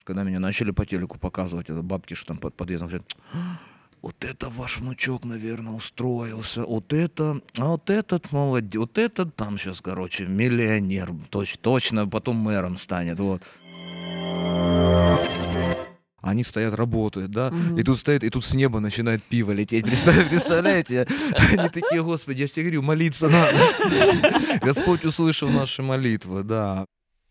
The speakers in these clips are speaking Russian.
Когда меня начали по телеку показывать, это бабки, что там под подъездом говорят: вот это ваш внучок, наверное, устроился, вот это, а вот этот молодец, вот этот там сейчас, короче, миллионер, точно потом мэром станет, вот. Они стоят, работают, да, и тут стоит, и тут с неба начинает пиво лететь. Представляете? Они такие: Господи, я же тебе говорю, молиться надо. Господь услышал наши молитвы, да.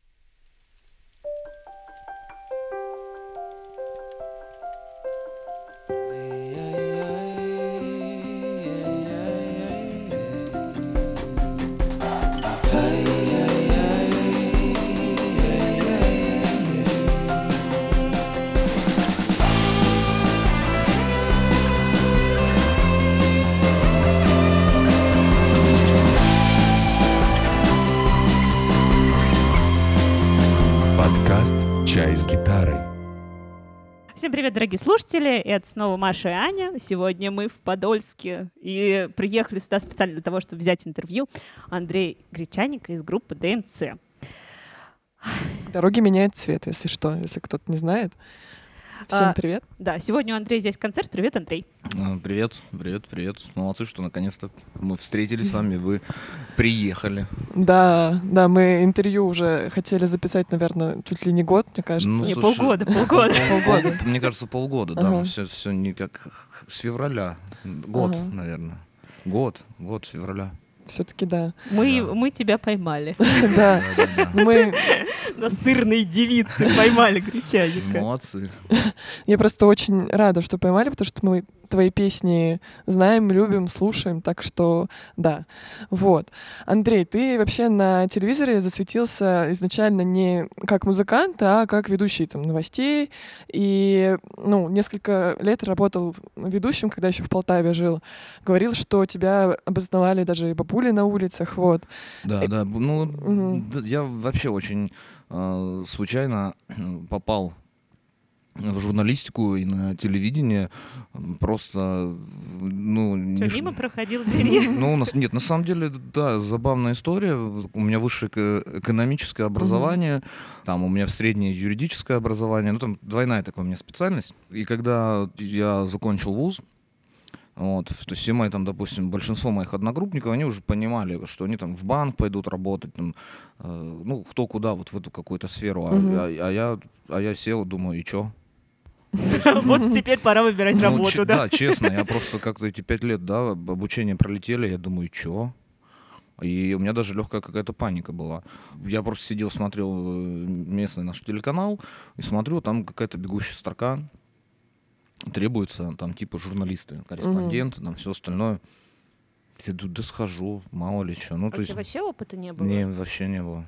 Подкаст «Чай с гитарой». Всем привет, дорогие слушатели! Это снова Маша и Аня. Сегодня мы в Подольске и приехали сюда специально для того, чтобы взять интервью Андрея Гречаника из группы ДМЦ. Дороги меняют цвет, если что, если кто-то не знает. Всем привет. Да, сегодня у Андрея здесь концерт. Привет, Андрей. Привет. Молодцы, что наконец-то мы встретились с вами, вы приехали. Да, мы интервью уже хотели записать, наверное, чуть ли не год, мне кажется. Не, полгода. Мне кажется, полгода, да. Ага. Все никак с февраля. Год, Ага. наверное. Год с февраля. Все-таки да. Мы тебя поймали. Да, мы... Настырные девицы поймали Гречаника. Молодцы. Я просто очень рада, что поймали, потому что мы твои песни знаем, любим, слушаем, так что да. Вот. Андрей, ты вообще на телевизоре засветился изначально не как музыкант, а как ведущий там новостей. И, несколько лет работал ведущим, когда еще в Полтаве жил. Говорил, что тебя обосновали даже и бабули на улицах, вот. Да. Да, я вообще очень случайно попал в журналистику и на телевидение. Просто, Мимо проходил двери? Нет, на самом деле, да, забавная история. У меня высшее экономическое образование, там у меня среднее юридическое образование, там двойная такая у меня специальность. И когда я закончил вуз, то все мои там, допустим, большинство моих одногруппников, они уже понимали, что они там в банк пойдут работать, там, кто куда, вот в эту какую-то сферу, а я сел, думаю, и чё? Вот теперь пора выбирать работу, да? Да, честно, я просто как-то эти 5 лет, да, обучения пролетели, я думаю, и чё? И у меня даже легкая какая-то паника была. Я просто сидел, смотрел местный наш телеканал, и смотрю, там какая-то бегущая строка, требуется там типа журналисты, корреспонденты, там все остальное. Я думаю, да схожу, мало ли что. У тебя вообще опыта не было? Не, вообще не было.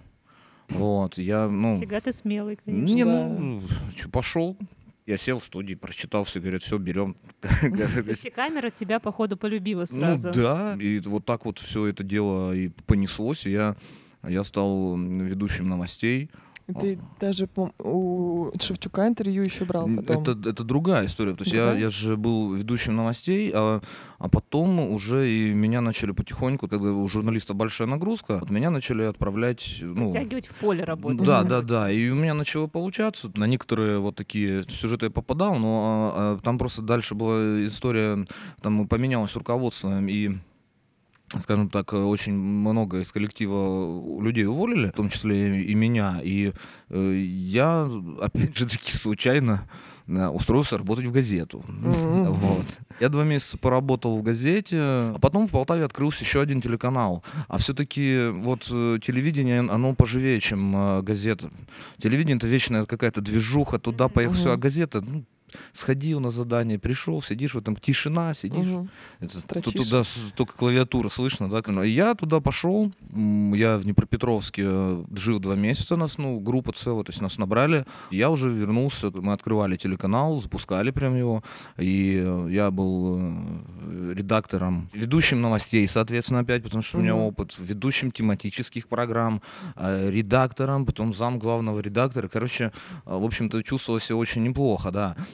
Я, Фига ты смелый, конечно. Пошел. Я сел в студии, прочитал, все говорят, все, берем. То есть и камера тебя, походу, полюбила сразу. Да, и вот так вот все это дело и понеслось, и я стал ведущим новостей. Ты даже у Шевчука интервью еще брал потом. Это другая история. То есть я же был ведущим новостей, а потом уже и меня начали потихоньку, когда у журналиста большая нагрузка, меня начали отправлять... Подтягивать в поле работы. Да. И у меня начало получаться. На некоторые вот такие сюжеты я попадал, но там просто дальше была история, там поменялось руководство, и, скажем так, очень много из коллектива людей уволили, в том числе и меня. И я, опять же таки, случайно устроился работать в газету. Вот. Я 2 месяца поработал в газете, а потом в Полтаве открылся еще один телеканал. А все-таки вот телевидение, оно поживее, чем газета. Телевидение — это вечная какая-то движуха, туда поехал, все, а газета... Сходил на задание, пришел, сидишь в этом, тишина, сидишь. Туда только клавиатура слышно, да. И я туда пошел, я в Днепропетровске жил 2 месяца, нас, группа целая, то есть нас набрали. Я уже вернулся, мы открывали телеканал, запускали прям его, и я был редактором, ведущим новостей, соответственно, опять, потому что у меня опыт, ведущим тематических программ, редактором, потом зам главного редактора. Короче, в общем-то, чувствовал себя очень неплохо, да.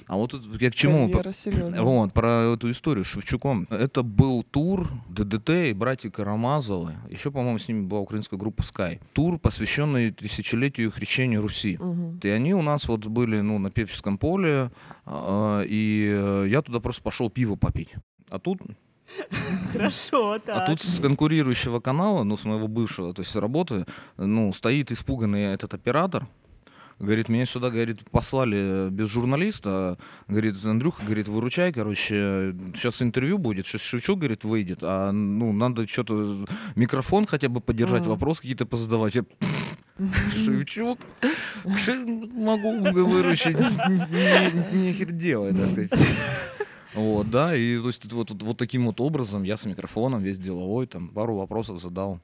А вот тут я к чему? Карьера серьезная. Вот, про эту историю с Шевчуком. Это был тур ДДТ и братья Карамазовы. Еще, по-моему, с ними была украинская группа Sky. Тур, посвященный тысячелетию крещения Руси. Мгм. И они у нас вот были, ну, на Певческом поле, и я туда просто пошел пиво попить. А тут Хорошо, так. А тут с конкурирующего канала, ну, с моего бывшего, то есть с работы, ну, стоит испуганный этот оператор, говорит, меня сюда, говорит, послали без журналиста, говорит, Андрюха, говорит, выручай, короче, сейчас интервью будет, Шевчук, говорит, выйдет, а, ну, надо что-то, микрофон хотя бы поддержать, вопросы какие-то позадавать. Я, Шевчук, могу выручить, нехер делать, так сказать. Вот, да, и то есть вот таким вот образом я с микрофоном, весь деловой, там, пару вопросов задал.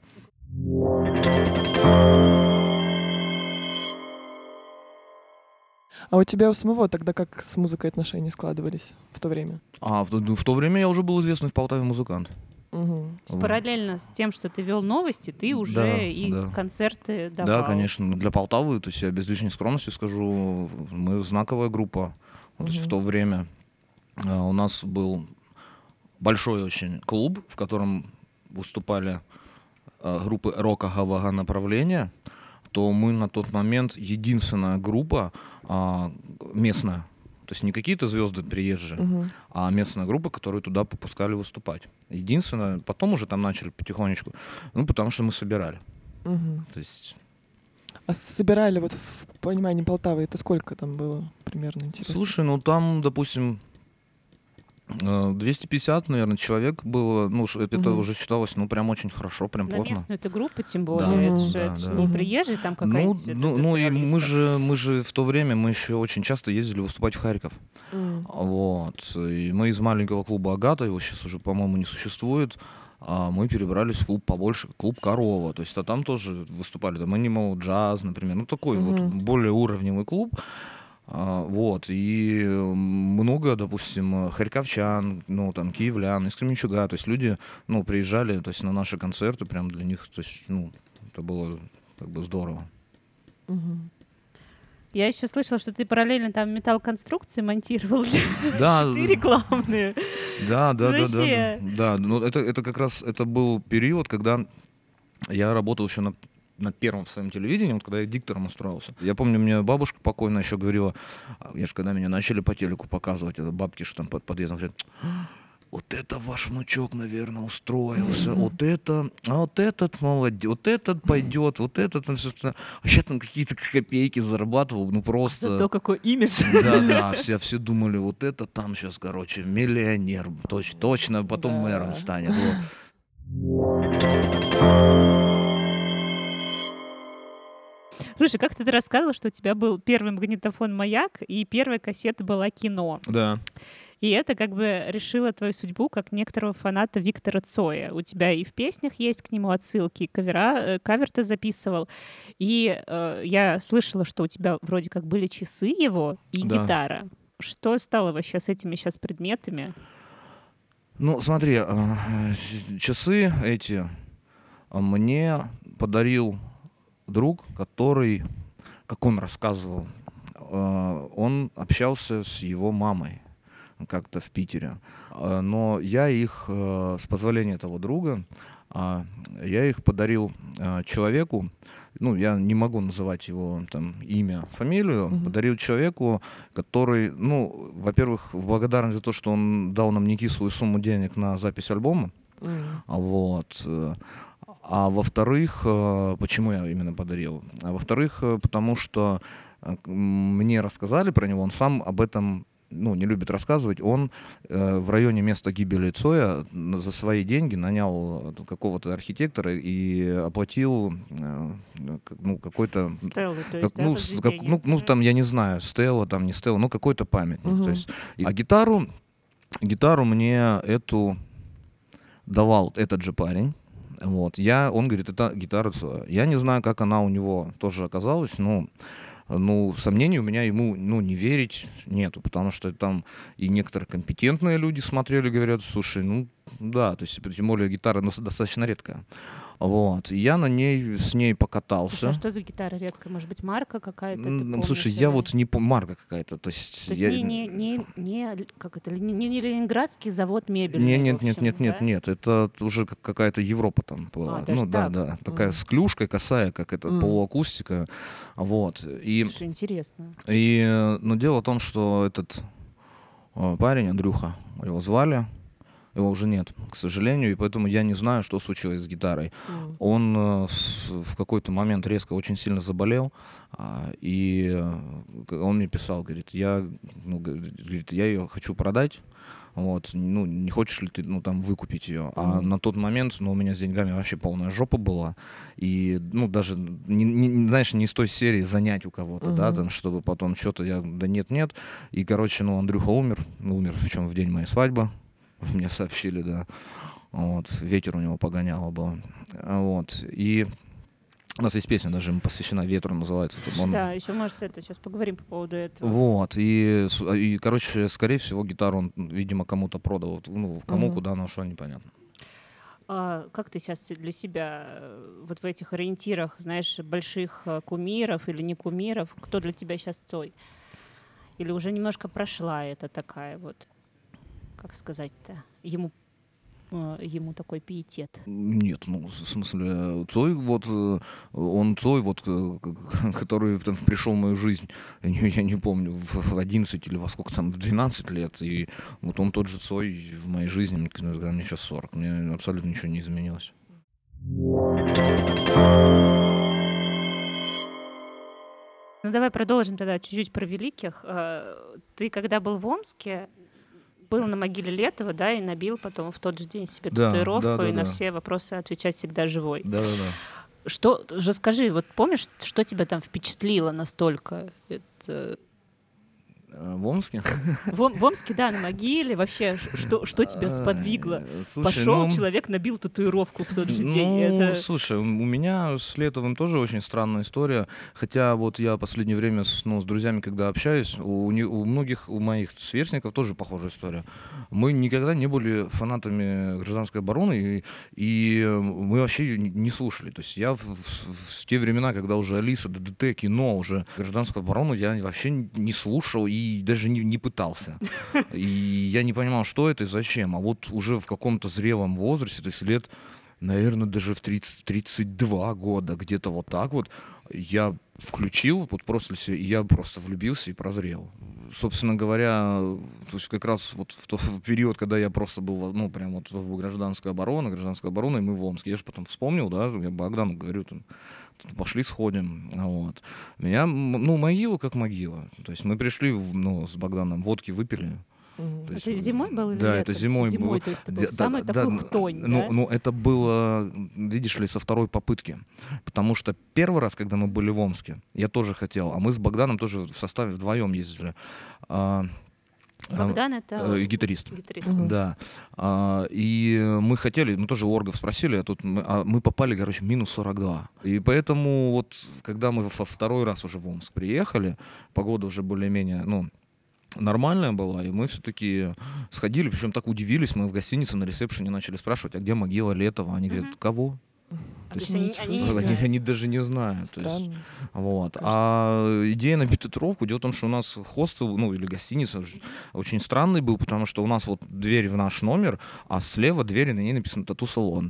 А у тебя у самого тогда как с музыкой отношения складывались в то время? В то время я уже был известный в Полтаве музыкант. Мгм. То есть параллельно с тем, что ты вел новости, ты уже Да, и да. концерты давал. Да, конечно. Для Полтавы, то есть я без лишней скромности скажу, мы знаковая группа. Вот, то есть в то время у нас был большой очень клуб, в котором выступали группы рокового направления, то мы на тот момент единственная группа местная. То есть не какие-то звезды приезжие, Мгм. а местная группа, которую туда попускали выступать. Единственное, потом уже там начали потихонечку, ну, потому что мы собирали. Мгм. То есть, А собирали вот в понимании Полтавы, это сколько там было примерно, интересно? слушай, ну там, допустим, 250, наверное, человек было, ну, это Мгм. уже считалось, ну, прям очень хорошо, прям На плотно. местную эту группу, тем более, Да, это да, же, это же да. не Мгм. приезжие там Ну, какая-то. ну и мы же в то время, мы еще очень часто ездили выступать в Харьков. Вот. И мы из маленького клуба «Агата», его сейчас уже, по-моему, не существует, мы перебрались в клуб побольше, клуб «Корова». То есть, а там тоже выступали, там Animal Jazz, например. Ну, такой вот Мгм. более уровневый клуб. Вот. И много, допустим, харьковчан, ну, там, киевлян, из Кременчуга. То есть люди, ну, приезжали, то есть, на наши концерты, прям для них, то есть, ну, это было как бы здорово. Мгм. Я еще слышала, что ты параллельно там металлоконструкции монтировал. Да, Щиты рекламные. Да. Вообще. Да, ну это как раз это был период, когда я работал еще на первом своем телевидении, вот когда я диктором устроился. Я помню, мне бабушка покойная еще говорила, я же когда меня начали по телеку показывать, это бабки, что там под подъездом говорят, вот это ваш внучок, наверное, устроился, вот это, а вот этот молодец, вот этот пойдет, вот этот, там, собственно, вообще там какие-то копейки зарабатывал, ну просто... Зато какой имидж. Да, все думали, вот это там сейчас, короче, миллионер, точно, потом Да. мэром станет. Вот. Слушай, как ты рассказывала, что у тебя был первый магнитофон «Маяк» и первая кассета была «Кино». Да. И это как бы решило твою судьбу как некоторого фаната Виктора Цоя. У тебя и в песнях есть к нему отсылки, кавер ты записывал. И я слышала, что у тебя вроде как были часы его и Да. гитара. Что стало вообще с этими сейчас предметами? Ну, смотри, часы эти мне подарил друг, который, как он рассказывал, он общался с его мамой как-то в Питере. Но я их, с позволения этого друга, я их подарил человеку, ну, я не могу называть его там имя, фамилию, подарил человеку, который, ну, во-первых, в благодарность за то, что он дал нам некислую сумму денег на запись альбома, вот. А во-вторых, почему я именно подарил? А во-вторых, потому что мне рассказали про него, он сам об этом, ну, не любит рассказывать. Он в районе места гибели Цоя за свои деньги нанял какого-то архитектора и оплатил, ну, какой-то... Стеллы, то есть, да, ну, произведение? ну, там, я не знаю, стела, там, не стела, ну, какой-то памятник. Мгм. То есть, а гитару мне эту давал этот же парень. Вот. Он говорит, это гитара Цоя. Я не знаю, как она у него тоже оказалась, но сомнений у меня ему, ну, не верить нету, потому что там и некоторые компетентные люди смотрели, говорят, слушай, ну, да, то есть, тем более гитара достаточно редкая. Вот. И я с ней Слушай, покатался. а что за гитара редкая? Может быть, марка какая-то? Ты Слушай, помнишь, я или- вот не помню, марка какая-то. То есть, То есть я... как это, не ленинградский завод мебельный, Нет, в общем, да? нет, это уже какая-то Европа там была. даже Ну да, так? да, такая Мгм. с клюшкой косая, как это, Мгм. полуакустика. Вот. Слушай, интересно. Но дело в том, что этот парень, Андрюха, его звали, его уже нет, к сожалению, и поэтому я не знаю, что случилось с гитарой. Он в какой-то момент резко очень сильно заболел, и он мне писал, говорит, говорит, я ее хочу продать, вот, ну, не хочешь ли ты, ну, там, выкупить ее? А на тот момент, ну, у меня с деньгами вообще полная жопа была, и, ну, даже, знаешь, не из той серии занять у кого-то, да, там, чтобы потом что-то, да нет, и, короче, ну, Андрюха умер, причем в день моей свадьбы, мне сообщили, да, вот, ветер у него погоняло было, вот, и у нас есть песня, даже ему посвящена, «Ветру» называется. Да, еще, может, сейчас поговорим по поводу этого. Вот, и, короче, скорее всего, гитару он, видимо, кому-то продал. Вот, ну, кому, куда она ушла, непонятно. Как ты сейчас для себя вот в этих ориентирах, знаешь, больших кумиров или не кумиров, кто для тебя сейчас Цой? Или уже немножко прошла это такая вот, как сказать-то, ему такой пиетет? Нет, ну, в смысле, Цой, вот, он Цой, вот, который там пришел в мою жизнь, я не помню, в 11 или во сколько там, в 12 лет, и вот он тот же Цой в моей жизни, когда мне сейчас 40, мне абсолютно ничего не изменилось. Ну, давай продолжим тогда чуть-чуть про великих. Ты, когда был в Омске, был на могиле Летова, да, и набил потом в тот же день себе Да, татуировку, да, и на да. все вопросы отвечать всегда живой. Да-да-да. Что, расскажи, вот помнишь, что тебя там впечатлило настолько? Это... В Омске? В Омске, да, на могиле. Вообще, что тебя сподвигло? Слушай, Пошел ну, человек, набил татуировку в тот же день. Ну, слушай, у меня с Летовым тоже очень странная история. Хотя вот я в последнее время с друзьями, когда общаюсь, у многих, у моих сверстников тоже похожая история. Мы никогда не были фанатами гражданской обороны, и мы вообще не слушали. То есть я в те времена, когда уже Алиса, ДДТ, кино, уже гражданскую оборону я вообще не слушал и даже не пытался. И я не понимал, что это и зачем. А вот уже в каком-то зрелом возрасте, то есть лет, наверное, даже в 32 года, где-то вот так вот, я включил вот просто все, и я просто влюбился и прозрел. Собственно говоря, то есть как раз вот в тот период, когда я просто был, ну, прям вот в гражданской обороне, и мы в Омске. Я же потом вспомнил, да, я Богдану говорю, там, пошли сходим, вот. Меня, ну, могила как могила. То есть мы пришли, с Богданом водки выпили. То есть, Это зимой был или да, летом? это зимой было. То есть это был самый такой хтонь, да? Ну, это было, видишь ли, со второй попытки. Потому что первый раз, когда мы были в Омске, я тоже хотел, а мы с Богданом тоже в составе вдвоем ездили. Богдан — это гитарист. гитарист. Да. И мы хотели, мы тоже у оргов спросили, а тут мы попали, короче, минус 42. И поэтому вот, когда мы во второй раз уже в Омск приехали, погода уже более-менее, ну, нормальная была, и мы все-таки сходили, причем так удивились, мы в гостинице на ресепшене начали спрашивать, а где могила Летова? Они говорят, кого? То есть они не Ничего. знают. Они даже не знают. То есть, Странно. вот. Кажется. А идея набить татуировку, дело в том, что у нас хостел, ну или гостиница очень странный был, потому что у нас вот дверь в наш номер, а слева дверь, и на ней написано «Тату-салон».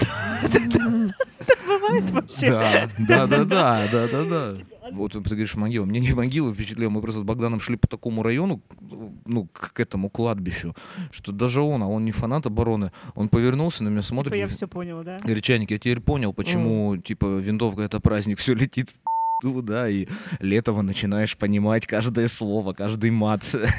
Бывает вообще. Да. Вот ты говоришь, могила. Мне не могила впечатлила, мы просто с Богданом шли по такому району, ну, к этому кладбищу, что даже он не фанат обороны, он повернулся на меня, смотрит, Типа я говорит, все поняла, да? говорит, Чайник, я теперь понял, почему, типа, винтовка — это праздник, все летит в пизду, да, и Летова начинаешь понимать каждое слово, каждый мат.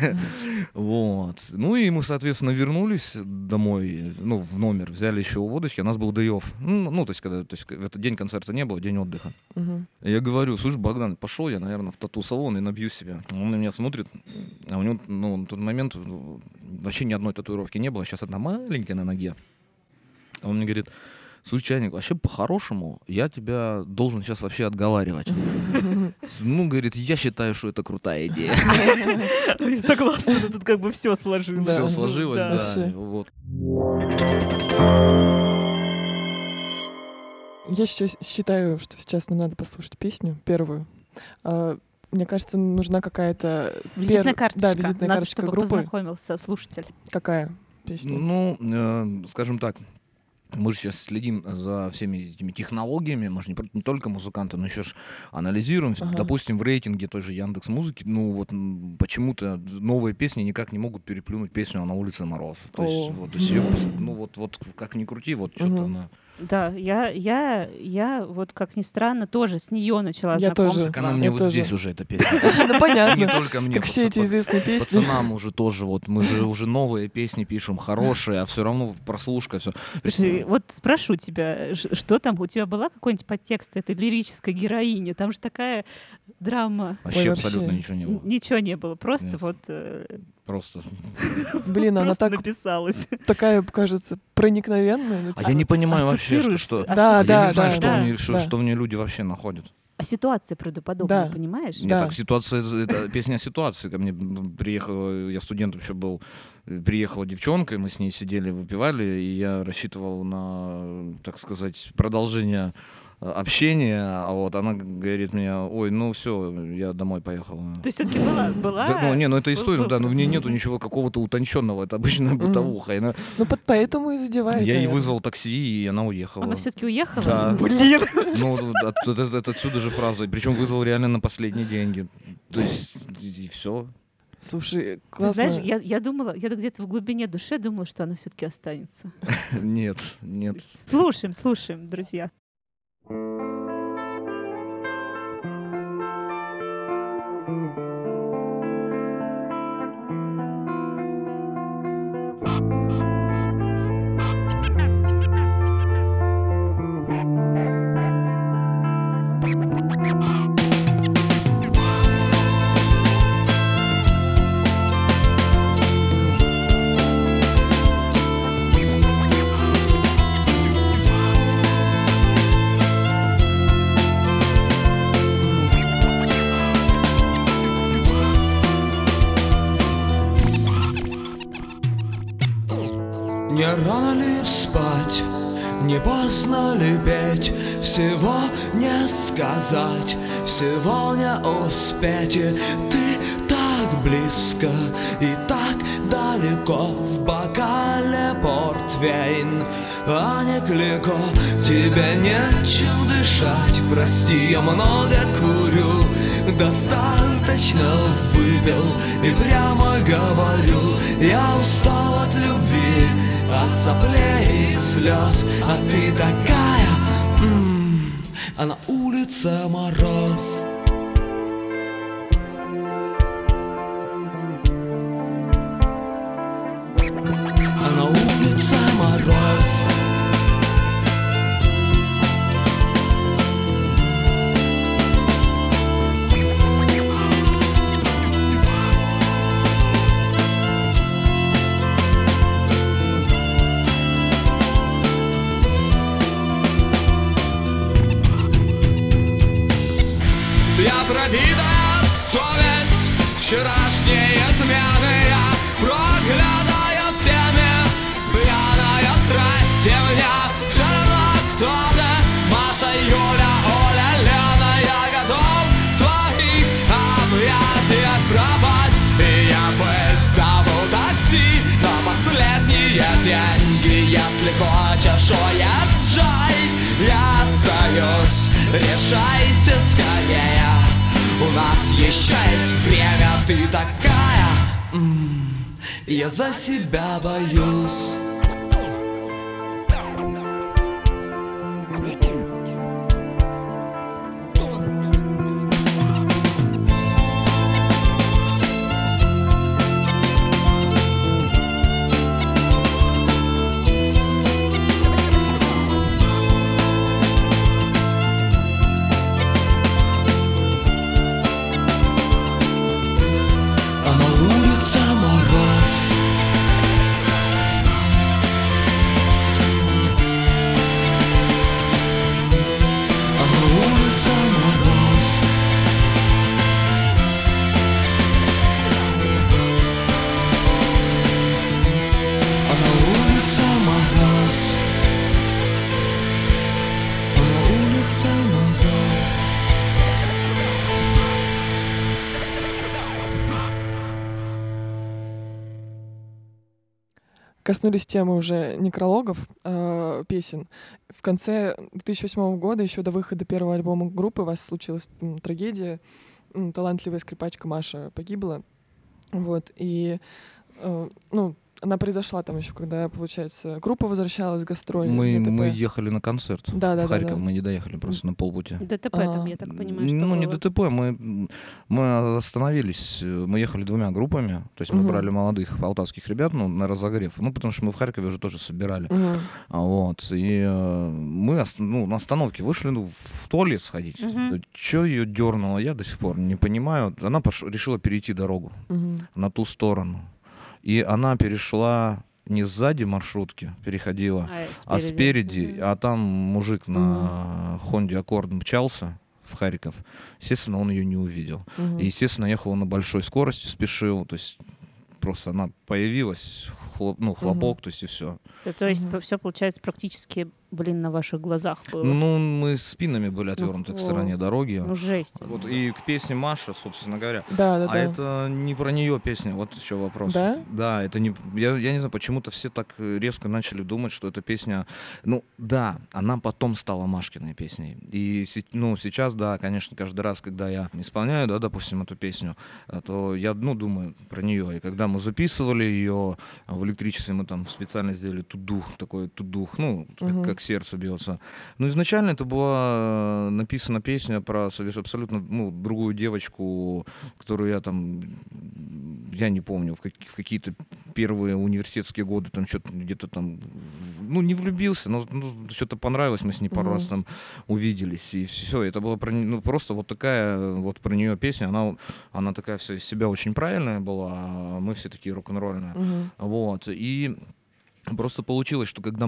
Вот. Ну и мы, соответственно, вернулись домой, ну, в номер, взяли еще водочки, у нас был day-off. Ну, то есть в этот день концерта не было, день отдыха. Я говорю, слушай, Богдан, пошел я, наверное, в тату-салон и набью себя. Он на меня смотрит, а у него, ну, на тот момент вообще ни одной татуировки не было, сейчас одна маленькая на ноге. А он мне говорит, слушай, Чайник, вообще по-хорошему я тебя должен сейчас вообще отговаривать. Ну, говорит, я считаю, что это крутая идея. Согласна, но тут как бы все сложилось. Все сложилось, Да. да. Вообще. Вот. Я еще считаю, что сейчас нам надо послушать песню первую. Мне кажется, нужна какая-то... Визитная карточка. Да, визитная Надо, карточка чтобы группы. познакомился слушатель. Какая песня? Ну, скажем так, мы же сейчас следим за всеми этими технологиями, мы же не только музыканты, но еще ж анализируем. Ага. Допустим, в рейтинге той же Яндекс.Музыки, ну вот почему-то новые песни никак не могут переплюнуть песню «А на улице мороз». То есть, вот, то есть её ну вот как ни крути, вот что-то она... Да, я вот, как ни странно, тоже с нее начала Я тоже. знакомство. Так она мне Я вот тоже. здесь уже эта песня. Ну, Не понятно. только мне. Как все эти известные песни. Пацанам уже тоже, вот мы же уже новые песни пишем, хорошие, а все равно прослушка, все. Слушай, вот спрошу тебя, что там, у тебя была какой-нибудь подтекст этой лирической героини? Там же такая драма. Вообще вообще. абсолютно ничего не было. Ничего не было, просто Нет. вот Просто. Блин, она просто так написалась. такая, кажется, проникновенная. Ну, А типа, я не понимаю вообще, Ассоциируешься, что... Да, Я не знаю, да, что да, в ней- что да. что в ней люди вообще находят. А ситуация правдоподобная, Да. понимаешь? Нет, Да. так ситуация, это песня о ситуации. Ко мне приехала, я студентом еще был, приехала девчонка, и мы с ней сидели, выпивали, и я рассчитывал на, так сказать, продолжение общения, а вот она говорит мне: ой, ну все, я домой поехала. То есть все-таки была? Да, ну, не, ну это история, был- да, но в ней нету ничего какого-то утонченного, это обычная бытовуха. И Ну, поэтому и задевает. я ей наверное. вызвал такси, и она уехала. Она все-таки уехала? Да. Блин. Ну, это отсюда же фраза. Причем вызвал реально на последние деньги. То есть, и все. Слушай, Ты классно. знаешь, я думала, я где-то в глубине души думала, что она все-таки останется. Нет, нет. Слушаем, друзья. Не рано ли спать, не поздно ли петь, всего не сказать, всего не успеть. И ты так близко и так далеко, в бокале портвейн, а не клико. Тебе нечем дышать, прости, я много курю, достаточно выпил и прямо говорю: я устал от любви, от соплей и слез, а ты такая, а на улице мороз. А на улице мороз. Я пропитая совесть вчерашней измены, я проклятая всеми, пьяная страсть меня. Все равно кто-то, Маша, Юля, Оля, Лена, я готов в твоих объятиях пропасть. И я вызову такси на последние деньги. Если хочешь уезжай, я остаюсь, решайся скорее, у нас еще есть время. Ты такая, я за себя боюсь. А на улице мороз. коснулись темы уже некрологов, песен. В конце 2008 года, еще до выхода первого альбома группы, у вас случилась трагедия. Талантливая скрипачка Маша погибла. Вот, и, она произошла там еще, когда, получается, группа возвращалась с гастролей. Мы ехали на концерт в Харьков, да. мы не доехали просто на полпути. ДТП там, я так понимаю, что Ну, не было. ДТП, мы остановились, мы ехали двумя группами, то есть мы брали молодых полтавских ребят, на разогрев, потому что мы в Харькове уже тоже собирали. Вот, и мы на остановке вышли, в туалет сходить. Что ее дернуло, я до сих пор не понимаю. Она решила перейти дорогу на ту сторону. И она перешла не сзади маршрутки, переходила, а спереди. А там мужик на Хонде Аккорд мчался в Харьков. Естественно, он ее не увидел. И, естественно, ехал на большой скорости, спешил. То есть просто она появилась, хлопок, то есть и все. То есть все получается практически, на ваших глазах было. Мы спинами были отвернуты к стороне дороги. Жесть. Вот, и к песне Маша, собственно говоря. Да. Это не про нее песня, вот еще вопрос. Да? Да, это не... Я не знаю, почему-то все так резко начали думать, что эта песня... Да, она потом стала Машкиной песней. И сейчас, да, конечно, каждый раз, когда я исполняю, да, допустим, эту песню, то я, думаю про нее. И когда мы записывали ее в электричестве, мы там специально сделали тудух, как сердце бьется. Изначально это была написана песня про абсолютно другую девочку, которую я не помню, в какие-то первые университетские годы там что-то где-то там, не влюбился, но что-то понравилось, мы с ней пару раз там увиделись, и все, это было просто вот такая вот про нее песня, она такая вся из себя очень правильная была, а мы все такие рок-н-ролльные. Вот, и просто получилось, что когда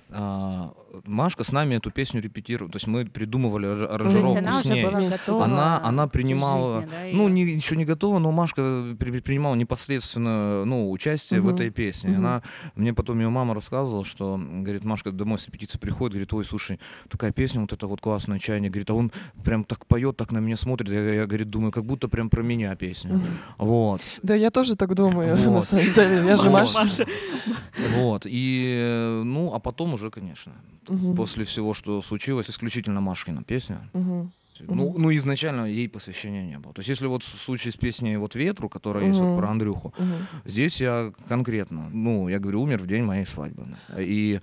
Машка с нами эту песню репетировала, то есть мы придумывали аранжировку с ней. Она принимала, еще не готова, но Машка принимала непосредственно участие в этой песне. Мне потом ее мама рассказывала, что, говорит, Машка домой с репетиции приходит, говорит, ой, слушай, такая песня, вот эта вот классная, «Чайник», говорит, а он прям так поет, так на меня смотрит, я говорит, думаю, как будто прям про меня песня. Вот. Да, я тоже так думаю, на самом деле, я же Маша. Вот, и, а потом уже, конечно, после всего, что случилось, исключительно Машкина песня. Изначально ей посвящения не было. То есть, если вот в случае с песней вот «Ветру», которая есть вот про Андрюху, здесь я конкретно, я говорю, умер в день моей свадьбы. И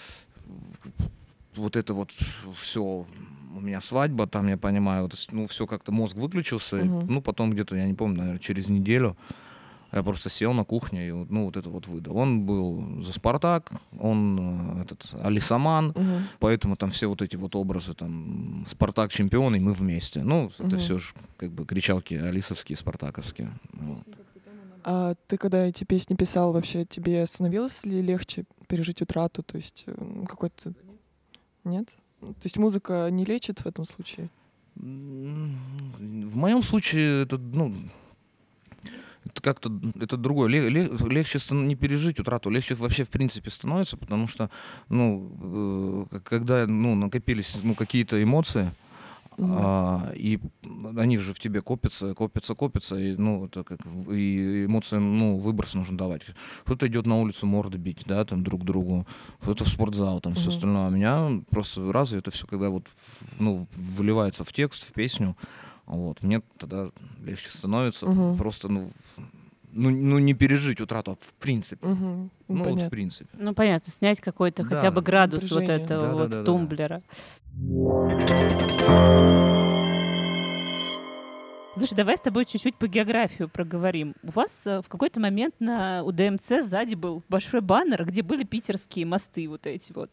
вот это вот все, у меня свадьба, там, я понимаю, все как-то мозг выключился, потом где-то, я не помню, наверное, через неделю я просто сел на кухне и вот это вот выдал. Он был за «Спартак», он Алисаман, поэтому там все вот эти вот образы, там, «Спартак» чемпион, и мы вместе. Это все же как бы кричалки алисовские, спартаковские. Вот. А ты, когда эти песни писал, вообще тебе становилось ли легче пережить утрату? То есть какой-то... Нет? То есть музыка не лечит в этом случае? В моем случае это, это как-то это другое. Легче не пережить утрату, легче вообще в принципе становится, потому что, когда, накопились, какие-то эмоции, и они же в тебе копятся, и, это как, и эмоциям, выброс нужно давать. Кто-то идет на улицу морды бить, да, там, друг другу, кто-то в спортзал, там, все остальное. А меня просто разве это все, когда вот, выливается в текст, в песню, вот, мне тогда легче становится просто, не пережить утрату, в принципе. Вот в принципе. Понятно, снять какой-то хотя бы градус вот этого тумблера. Слушай, давай с тобой чуть-чуть по географию проговорим. У вас в какой-то момент у ДМЦ сзади был большой баннер, где были питерские мосты вот эти вот.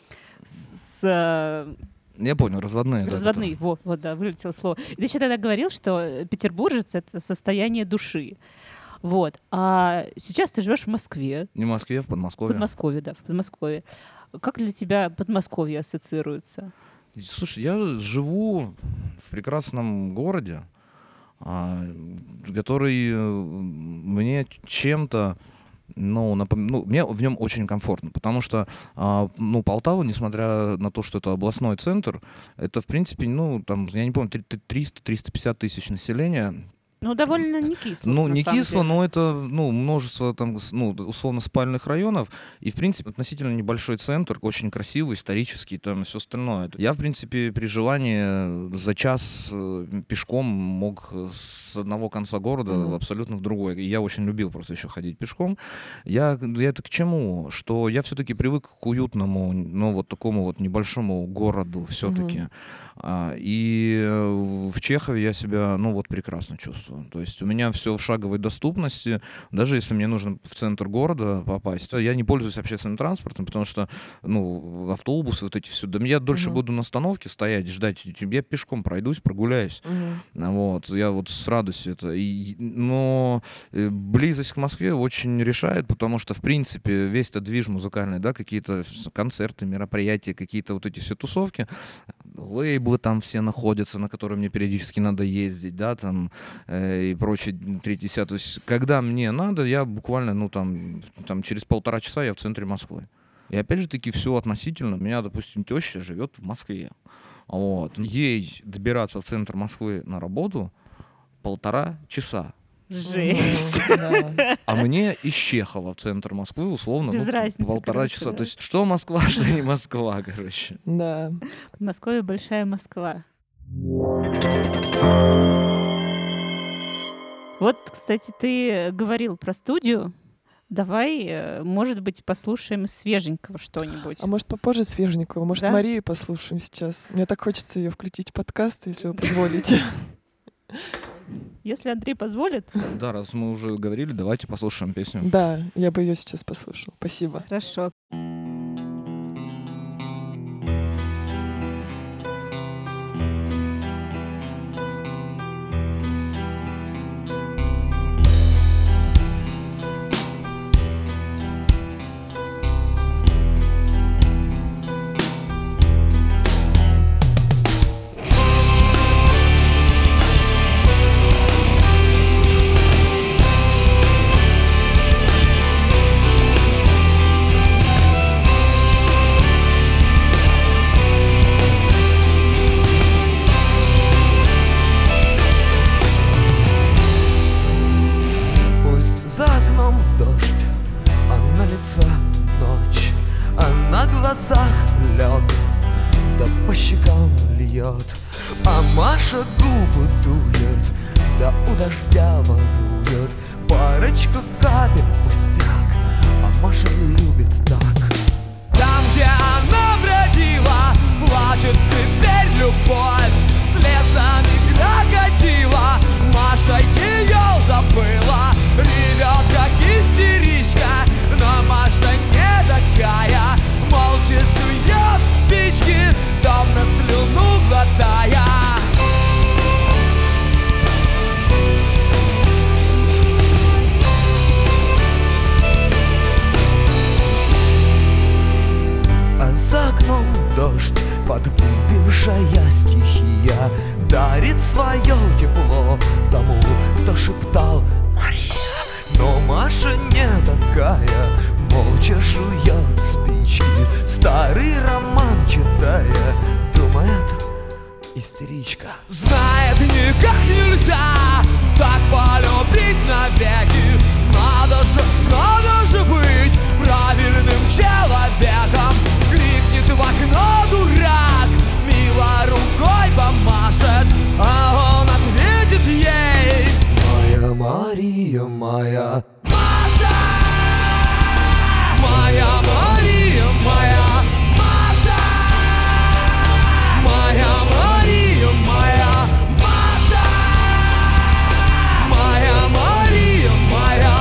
Я понял, разводные. Разводные, да, вылетело слово. И ты еще тогда говорил, что петербуржец — это состояние души. Вот. А сейчас ты живешь в Москве. Не в Москве, в Подмосковье. В Подмосковье, да, в Подмосковье. Как для тебя Подмосковье ассоциируется? Слушай, я живу в прекрасном городе, который мне чем-то, мне в нем очень комфортно, потому что, Полтава, несмотря на то, что это областной центр, это, в принципе, там, я не помню, 300-350 тысяч населения, Ну, довольно не кисло. Ну, на не самом кисло, деле. но это, множество там, условно, спальных районов, и, в принципе, относительно небольшой центр, очень красивый, исторический, там, и все остальное. Я, в принципе, при желании за час пешком мог с одного конца города абсолютно в другой. И я очень любил просто еще ходить пешком. Я это к чему? Что я все-таки привык к уютному, вот такому вот небольшому городу все-таки. И в Чехове я себя, прекрасно чувствую. То есть у меня все в шаговой доступности. Даже если мне нужно в центр города попасть, я не пользуюсь общественным транспортом, потому что, автобусы вот эти все. Да я дольше буду на остановке стоять, ждать. Я пешком пройдусь, прогуляюсь. Вот. Я вот с радостью это. Но близость к Москве очень решает, потому что, в принципе, весь этот движ музыкальный, да, какие-то концерты, мероприятия, какие-то вот эти все тусовки, лейблы там все находятся, на которые мне периодически надо ездить, да, там, и прочее, 3-10. То есть, когда мне надо, я буквально, там через 1,5 часа я в центре Москвы. И опять же таки все относительно. У меня, допустим, теща живет в Москве. Вот. Ей добираться в центр Москвы на работу 1,5 часа. Жесть. А мне из Чехова в центр Москвы условно Без разницы, 1,5 короче, часа. да. То есть что Москва, что не Москва, короче. Да. Подмосковье — большая Москва. Вот, кстати, ты говорил про студию. Давай, может быть, послушаем из свеженького что-нибудь. А может, попозже свеженького? Может, Да? Марию послушаем сейчас? Мне так хочется ее включить в подкаст, если вы позволите. Если Андрей позволит. Да, раз мы уже говорили, давайте послушаем песню. Да, я бы ее сейчас послушала. Спасибо. Хорошо. Пусть за окном дождь, а на лице ночь, а на глазах лед, да по щекам льет, а Маша губы дует, да у дождя ворует парочку капель пустяк, а Маша любит так. Там, где она бродила, плачет теперь любовь, слезами крокодила Маша ее забыла, ревет как истеричка, но Маша не такая, молча жует спички, томно слюну глотая. А за окном дождь, подвыпившая стихия, дарит свое тепло тому, кто шептал «Мария». Но Маша не такая, молча жует спички, старый роман читая, думает истеричка. Знает, никак нельзя так полюбить навеки, надо же быть правильным человеком. Крикнет в окно дурак, мило рукой помашет, а он ответит ей: моя Мария, моя Маша, моя Мария, моя Маша, моя Мария, моя Маша, моя Мария, моя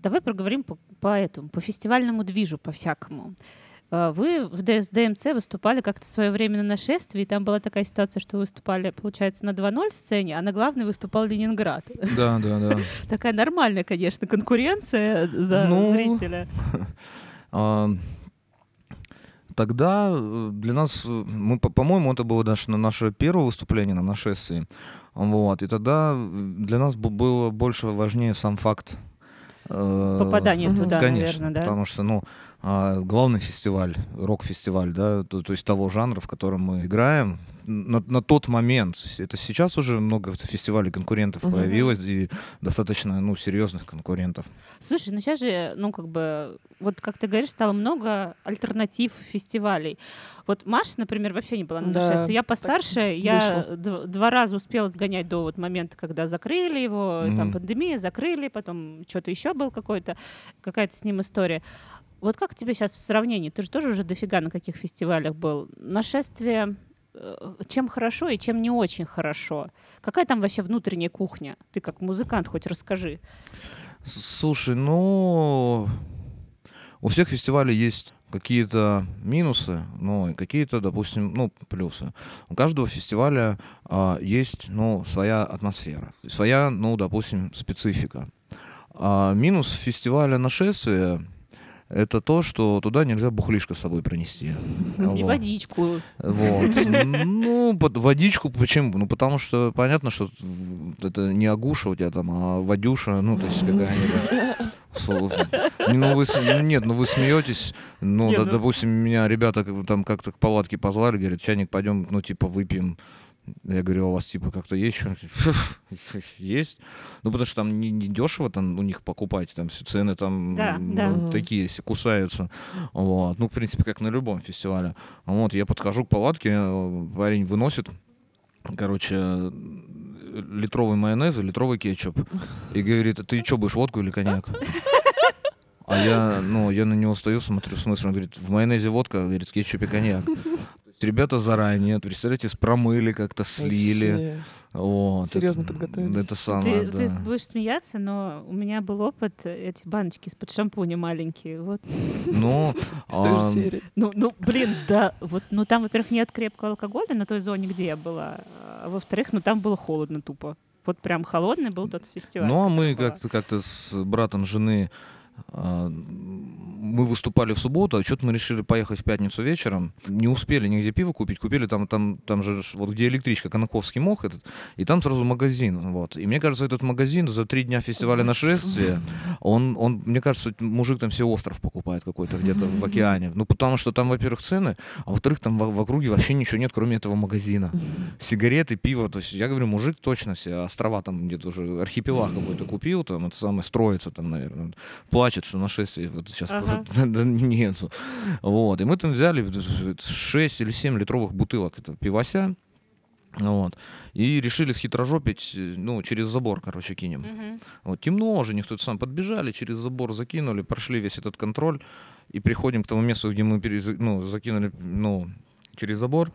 давай проговорим по фестивальному движу, по-всякому. Вы в ДМЦ выступали как-то в свое время на нашествии, и там была такая ситуация, что вы выступали, получается, на 2:0 сцене, а на главной выступал Ленинград. Да, да, да. Такая нормальная, конечно, конкуренция за зрителя. Тогда для нас, по-моему, это было даже наше первое выступление на нашествии. Вот. И тогда для нас было больше важнее сам факт Попадание туда, конечно, наверное, да? Потому что, главный фестиваль, рок-фестиваль, да, то есть того жанра, в котором мы играем, на тот момент, это сейчас уже много фестивалей конкурентов появилось, и достаточно, серьезных конкурентов. Слушай, сейчас же, вот как ты говоришь, стало много альтернатив фестивалей. Вот Маша, например, вообще не была на нашествии. Я постарше, я 2 раза успела сгонять до момента, когда закрыли его, там пандемия, закрыли, потом что-то еще был какая-то с ним история. Вот как тебе сейчас в сравнении? Ты же тоже уже дофига на каких фестивалях был. Нашествие чем хорошо и чем не очень хорошо? Какая там вообще внутренняя кухня? Ты как музыкант хоть расскажи. Слушай, у всех фестивалей есть какие-то минусы, и какие-то, допустим, плюсы. У каждого фестиваля есть, своя атмосфера, своя, допустим, специфика. Минус фестиваля нашествия — это то, что туда нельзя бухлишко с собой принести. И водичку. Вот. Водичку почему? Потому что понятно, что это не Агуша у тебя там, а Вадюша, то есть какая-нибудь. Нет, вы смеетесь. Допустим, меня ребята там как-то к палатке позвали, говорят, Чайник, пойдем, выпьем. Я говорю, у вас как-то есть что-нибудь? Есть. Потому что там не дешево там у них покупать, там все цены там такие, если кусаются. Вот. В принципе, как на любом фестивале. Вот, я подхожу к палатке, парень выносит, литровый майонез и литровый кетчуп. И говорит, ты что, будешь водку или коньяк? А я на него стою, смотрю, в смысле, он говорит, в майонезе водка, говорит, в кетчупе коньяк. Ребята заранее, представляете, промыли как-то, слили. Вот, серьезно подготовились. Это самое, ты будешь смеяться, но у меня был опыт, эти баночки из-под шампуня маленькие. Вот. Из той же серии. Там, во-первых, нет крепкого алкоголя на той зоне, где я была. А во-вторых, там было холодно тупо. Вот прям холодный был тот фестиваль. А мы как-то с братом жены мы выступали в субботу, а что-то мы решили поехать в пятницу вечером. Не успели нигде пиво купить. Купили там же, вот где электричка, Конаковский мох и там сразу магазин. Вот. И мне кажется, этот магазин за 3 дня фестиваля нашествия, он, мне кажется, мужик там себе остров покупает какой-то где-то в океане. Потому что там, во-первых, цены, а во-вторых, там в округе вообще ничего нет, кроме этого магазина. Сигареты, пиво. То есть я говорю, мужик точно себе острова там где-то уже, архипелаг какой-то купил, там это самое, строится там, наверное. Плачет, что нашествие вот сейчас нету. Вот. И мы там взяли 6 или 7 литровых бутылок этого пивося. Вот. И решили схитрожопить, через забор, кинем. Вот. Темно уже, никто сам подбежали, через забор закинули, прошли весь этот контроль и приходим к тому месту, где мы закинули, через забор.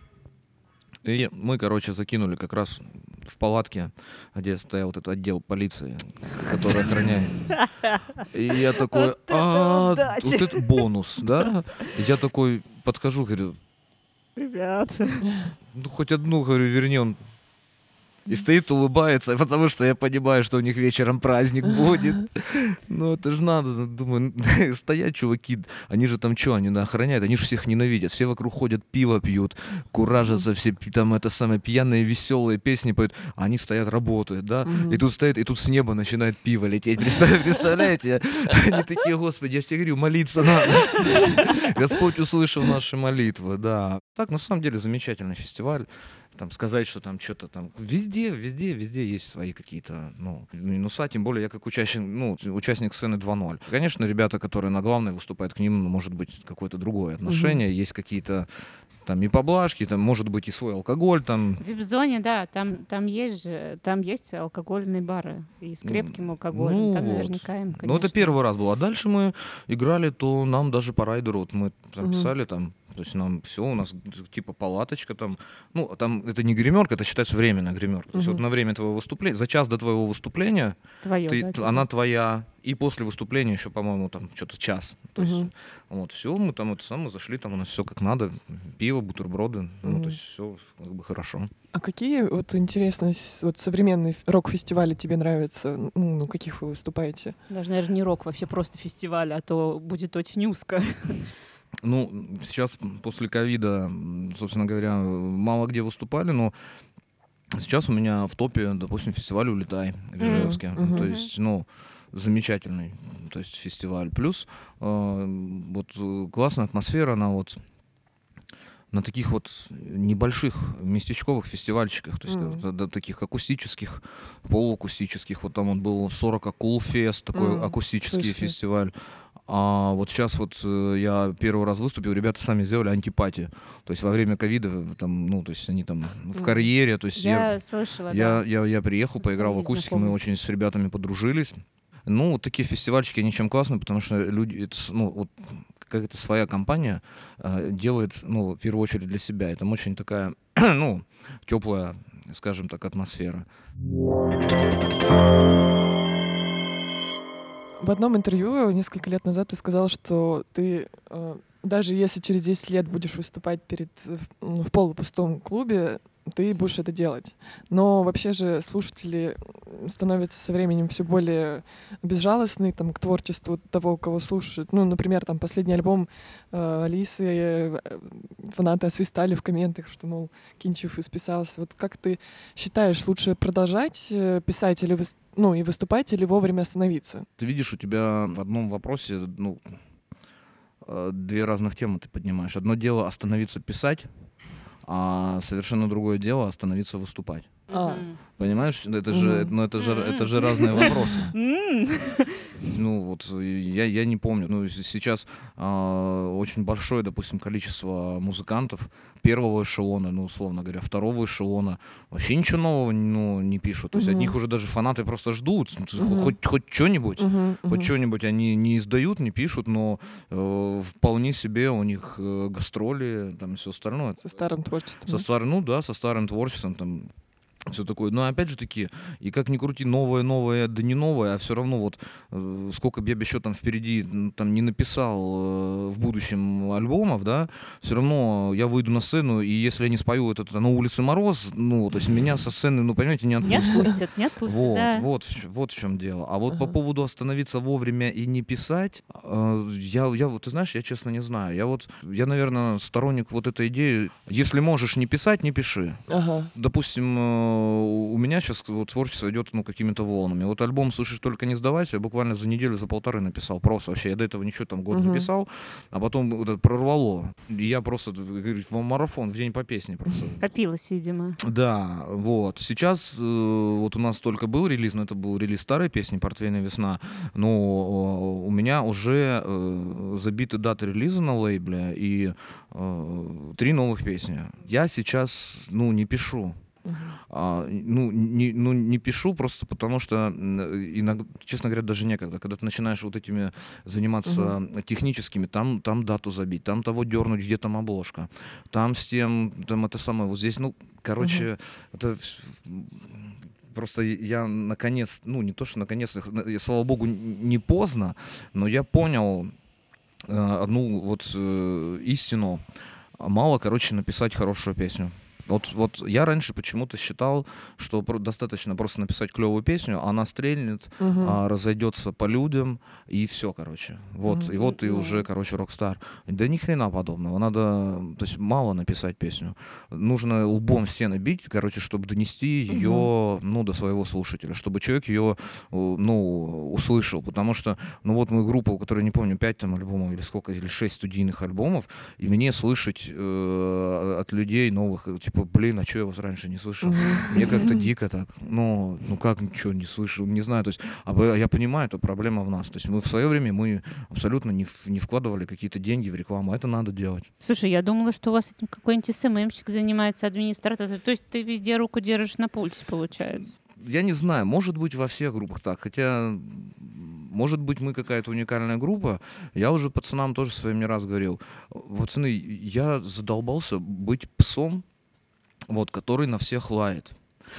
И мы, закинули как раз в палатке, где стоял вот этот отдел полиции, который охраняет. И я такой, вот это бонус, да? И я такой подхожу, говорю, ребята, хоть одну, говорю, верни, он и стоит, улыбается, потому что я понимаю, что у них вечером праздник будет. Это же надо, думаю, стоять, чуваки, они же там что, они охраняют, они же всех ненавидят, все вокруг ходят, пиво пьют, куражатся, все там пьяные, веселые песни поют, а они стоят, работают, да, и тут стоят, и тут с неба начинает пиво лететь, представляете? Они такие, господи, я тебе говорю, молиться надо. Господь услышал наши молитвы, да. Так, на самом деле, замечательный фестиваль. Там сказать, что там что-то там везде есть свои какие-то минуса, тем более я как участник сцены 2:0. Конечно, ребята, которые на главной выступают, к ним может быть какое-то другое отношение, есть какие-то там и поблажки, там может быть и свой алкоголь там. В вип-зоне, да, там есть алкогольные бары и с крепким алкоголем, там наверняка им, конечно. Это первый раз был, а дальше мы играли, то нам даже по райдеру, мы там писали там. То есть нам все, у нас типа палаточка там. Там это не гримерка, это считается временная гримерка. То есть на время твоего выступления, за час до твоего выступления, она твоя, И после выступления еще, по-моему, там что-то час. То есть, Мгм. вот, все, мы там это самое зашли, там у нас все как надо, пиво, бутерброды, ну, Мгм. то есть все как бы хорошо. А какие, вот интересно, вот современные рок-фестивали тебе нравятся? Ну, на каких вы выступаете? Даже, наверное, не рок, вообще просто фестиваль, а то будет очень узко. Ну, сейчас после ковида, собственно говоря, мало где выступали, но сейчас у меня в топе, допустим, фестиваль «Улетай» в Ижевске. Мгм. То есть, ну, замечательный, то есть фестиваль. Плюс классная атмосфера, она вот на таких вот небольших местечковых фестивальчиках, то есть до таких акустических, полуакустических. Вот там вот был 40 Cool Fest, такой акустический слышали. фестиваль. А вот сейчас вот я первый раз выступил, ребята сами сделали антипати. То есть во время ковида, там, ну, то есть они там в карьере, то есть Я слышала, да. я приехал, Просто поиграл в есть акустике, мы знакомые. очень с ребятами подружились. Ну, вот такие фестивальчики, они чем классны, потому что люди, это, ну, вот какая-то своя компания делает, ну, в первую очередь для себя. И там очень такая, ну, теплая, скажем так, атмосфера. В одном интервью несколько лет назад ты сказал, что ты, даже если через 10 лет будешь выступать в полупустом клубе, ты будешь это делать. Но вообще же слушатели становятся со временем все более безжалостны там, к творчеству того, кого слушают. Ну, например, там последний альбом Алисы фанаты освистали в комментах, что, мол, Кинчев исписался. Вот как ты считаешь, лучше продолжать писать или и выступать, или вовремя остановиться? Ты видишь, у тебя в одном вопросе, ну, две разных темы ты поднимаешь. Одно дело остановиться писать, а совершенно другое дело остановиться выступать. Мгм. Понимаешь, это же разные вопросы. Ну вот я не помню. Ну сейчас очень большое, допустим, количество музыкантов первого эшелона, ну условно говоря, второго эшелона вообще ничего нового, ну, не пишут. То есть от них уже даже фанаты просто ждут хоть что-нибудь. Хоть что-нибудь они не издают, не пишут, но вполне себе у них гастроли, там все остальное. Со старым творчеством. Со старым творчеством, там все такое. Но опять же таки, и как ни крути, новое, да не новое, а все равно вот сколько бы я еще там впереди там не написал в будущем альбомов, да, все равно я выйду на сцену, и если я не спою это «На улице мороз», ну, то есть меня со сцены, ну, понимаете, не Не отпустят. отпустят, Вот, да. вот в чем дело. А вот по поводу остановиться вовремя и не писать, я вот, ты знаешь, я честно не знаю. Я, наверное, сторонник вот этой идеи. Если можешь не писать, не пиши. Ага. Допустим, у меня сейчас вот творчество идет, ну, какими-то волнами. Вот альбом «Слышишь, только не сдавайся» я буквально за неделю, за полторы написал. Просто вообще. Я до этого ничего там год не писал, а потом вот это прорвало. И я просто, говорю, в марафон, в день по песне просто. Копилось, видимо. Да, вот. Сейчас вот у нас только был релиз, но это был релиз старой песни «Портвейная весна», но у меня уже забиты даты релиза на лейбле и 3 новых песни. Я сейчас, ну, не пишу. Не пишу просто потому, что иногда, честно говоря, даже некогда. Когда ты начинаешь вот этими заниматься техническими, там дату забить, там того дернуть, где там обложка, там с тем, там это самое, вот здесь, ну, короче, это просто я наконец, ну, не то, что наконец, слава богу, не поздно, но я понял одну вот истину. Мало, короче, написать хорошую песню. Вот я раньше почему-то считал, что достаточно просто написать клевую песню, она стрельнет, разойдется по людям, и все, короче. Вот, и вот ты уже, короче, рок-стар. Да ни хрена подобного. Надо, то есть мало написать песню. Нужно лбом в стены бить, короче, чтобы донести ее, ну, до своего слушателя, чтобы человек ее, ну, услышал. Потому что, ну, вот мы группа, у которой, не помню, 5 там альбомов или сколько, или 6 студийных альбомов, и мне слышать от людей новых, типа, блин, а что я вас раньше не слышал? Мне как-то дико так. Ну как ничего не слышал, не знаю. То есть, я понимаю, это проблема в нас. То есть мы в свое время абсолютно не вкладывали какие-то деньги в рекламу. Это надо делать. Слушай, я думала, что у вас этим какой-нибудь СММщик занимается, администратор. То есть ты везде руку держишь на пульсе, получается. Я не знаю, может быть, во всех группах так. Хотя, может быть, мы какая-то уникальная группа. Я уже пацанам тоже своим не раз говорил. Пацаны, я задолбался быть псом, вот, который на всех лает.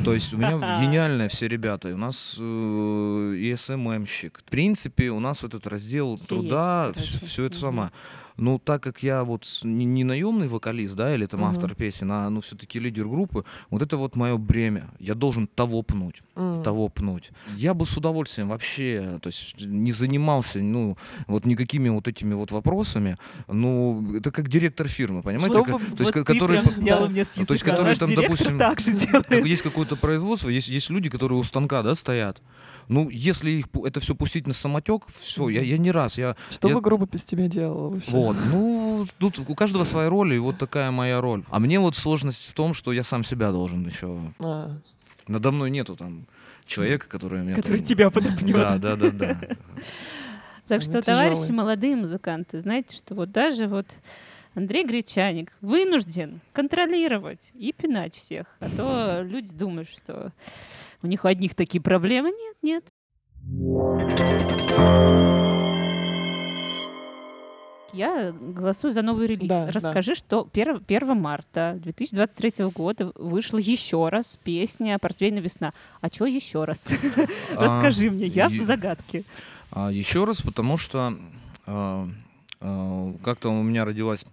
То есть у меня гениальные все ребята. И у нас и СММщик. В принципе, у нас этот раздел Все труда, есть, короче. все это Мгм. сама. Но так как я вот не наемный вокалист, да, или там Мгм. автор песен, а ну все-таки лидер группы, вот это вот мое бремя. Я должен того пнуть. Я бы с удовольствием вообще, то есть не занимался, ну, вот никакими вот этими вот вопросами. Ну, это как директор фирмы, понимаете? Чтобы То есть, который... снял мне с то есть, языка. который Наш там, директор допустим, так же делает. как есть какое-то производство, есть люди, которые у станка, да, стоят. Ну, если их это все пустить на самотек, все, я не раз, Что я- бы группа без тебя делала вообще? вот, ну, тут у каждого своя роль, и вот такая моя роль. А мне вот сложность в том, что я сам себя должен еще... А, Надо мной нету там человека, который меня... Который там- тебя подопнет. Да. Так самый что, товарищи тяжелый. молодые музыканты, знаете, что вот даже вот Андрей Гречаник вынужден контролировать и пинать всех. А то люди думают, что у них у одних такие проблемы. Нет. Я голосую за новый релиз. Да, Расскажи, что 1 марта 2023 года вышла еще раз песня «Портвейная весна». А что еще раз? Расскажи мне, я в загадке. Еще раз, потому что как-то у меня родилась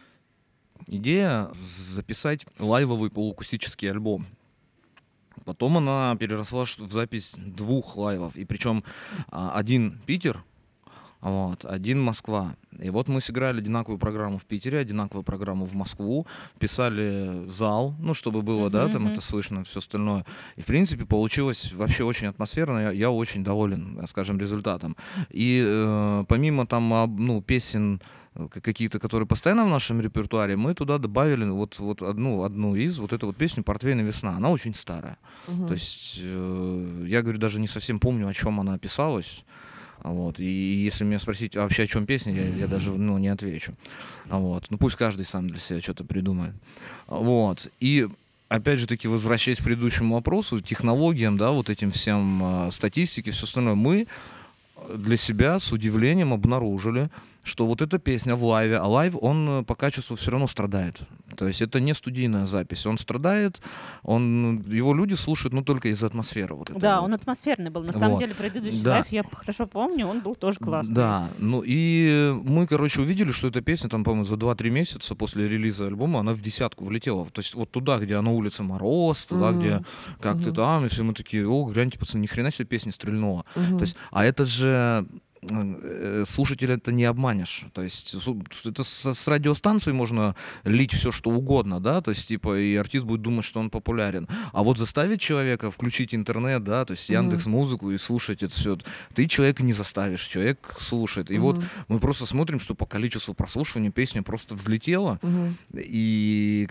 идея записать лайвовый полуакустический альбом. Потом она переросла в запись 2 лайвов. И причем один Питер, вот, один Москва. И вот мы сыграли одинаковую программу в Питере, одинаковую программу в Москву, писали зал, ну, чтобы было, да, там это слышно, все остальное. И, в принципе, получилось вообще очень атмосферно, я очень доволен, скажем, результатом. И помимо там, ну, песен какие-то, которые постоянно в нашем репертуаре, мы туда добавили вот одну из, вот эту вот песню «Портвейная весна». Она очень старая. То есть я, говорю, даже не совсем помню, о чем она писалась. Вот. И если меня спросить вообще, о чем песня, я даже не отвечу. Вот. Ну пусть каждый сам для себя что-то придумает. Вот. И опять же таки, возвращаясь к предыдущему вопросу, технологиям, да, вот этим всем статистике, все остальное, мы для себя с удивлением обнаружили, что вот эта песня в лайве, а лайв, он по качеству все равно страдает. То есть это не студийная запись. Он страдает, его люди слушают, только из-за атмосферы. Вот Да, вот. он атмосферный был. На самом Вот. деле, предыдущий Да. лайв, я хорошо помню, он был тоже классный. Да, и мы, увидели, что эта песня, там, по-моему, за 2-3 месяца после релиза альбома, она в 10 влетела. То есть вот туда, где на улице мороз, туда, где как ты там, и все мы такие, гляньте, пацаны, ни хрена себе песня стрельнула. То есть, а это же... слушателя это не обманешь. То есть это с радиостанции можно лить все, что угодно, да, то есть типа и артист будет думать, что он популярен. А вот заставить человека включить интернет, да, то есть Яндекс.Музыку и слушать это все, ты человека не заставишь, человек слушает. И вот мы просто смотрим, что по количеству прослушивания песня просто взлетела, и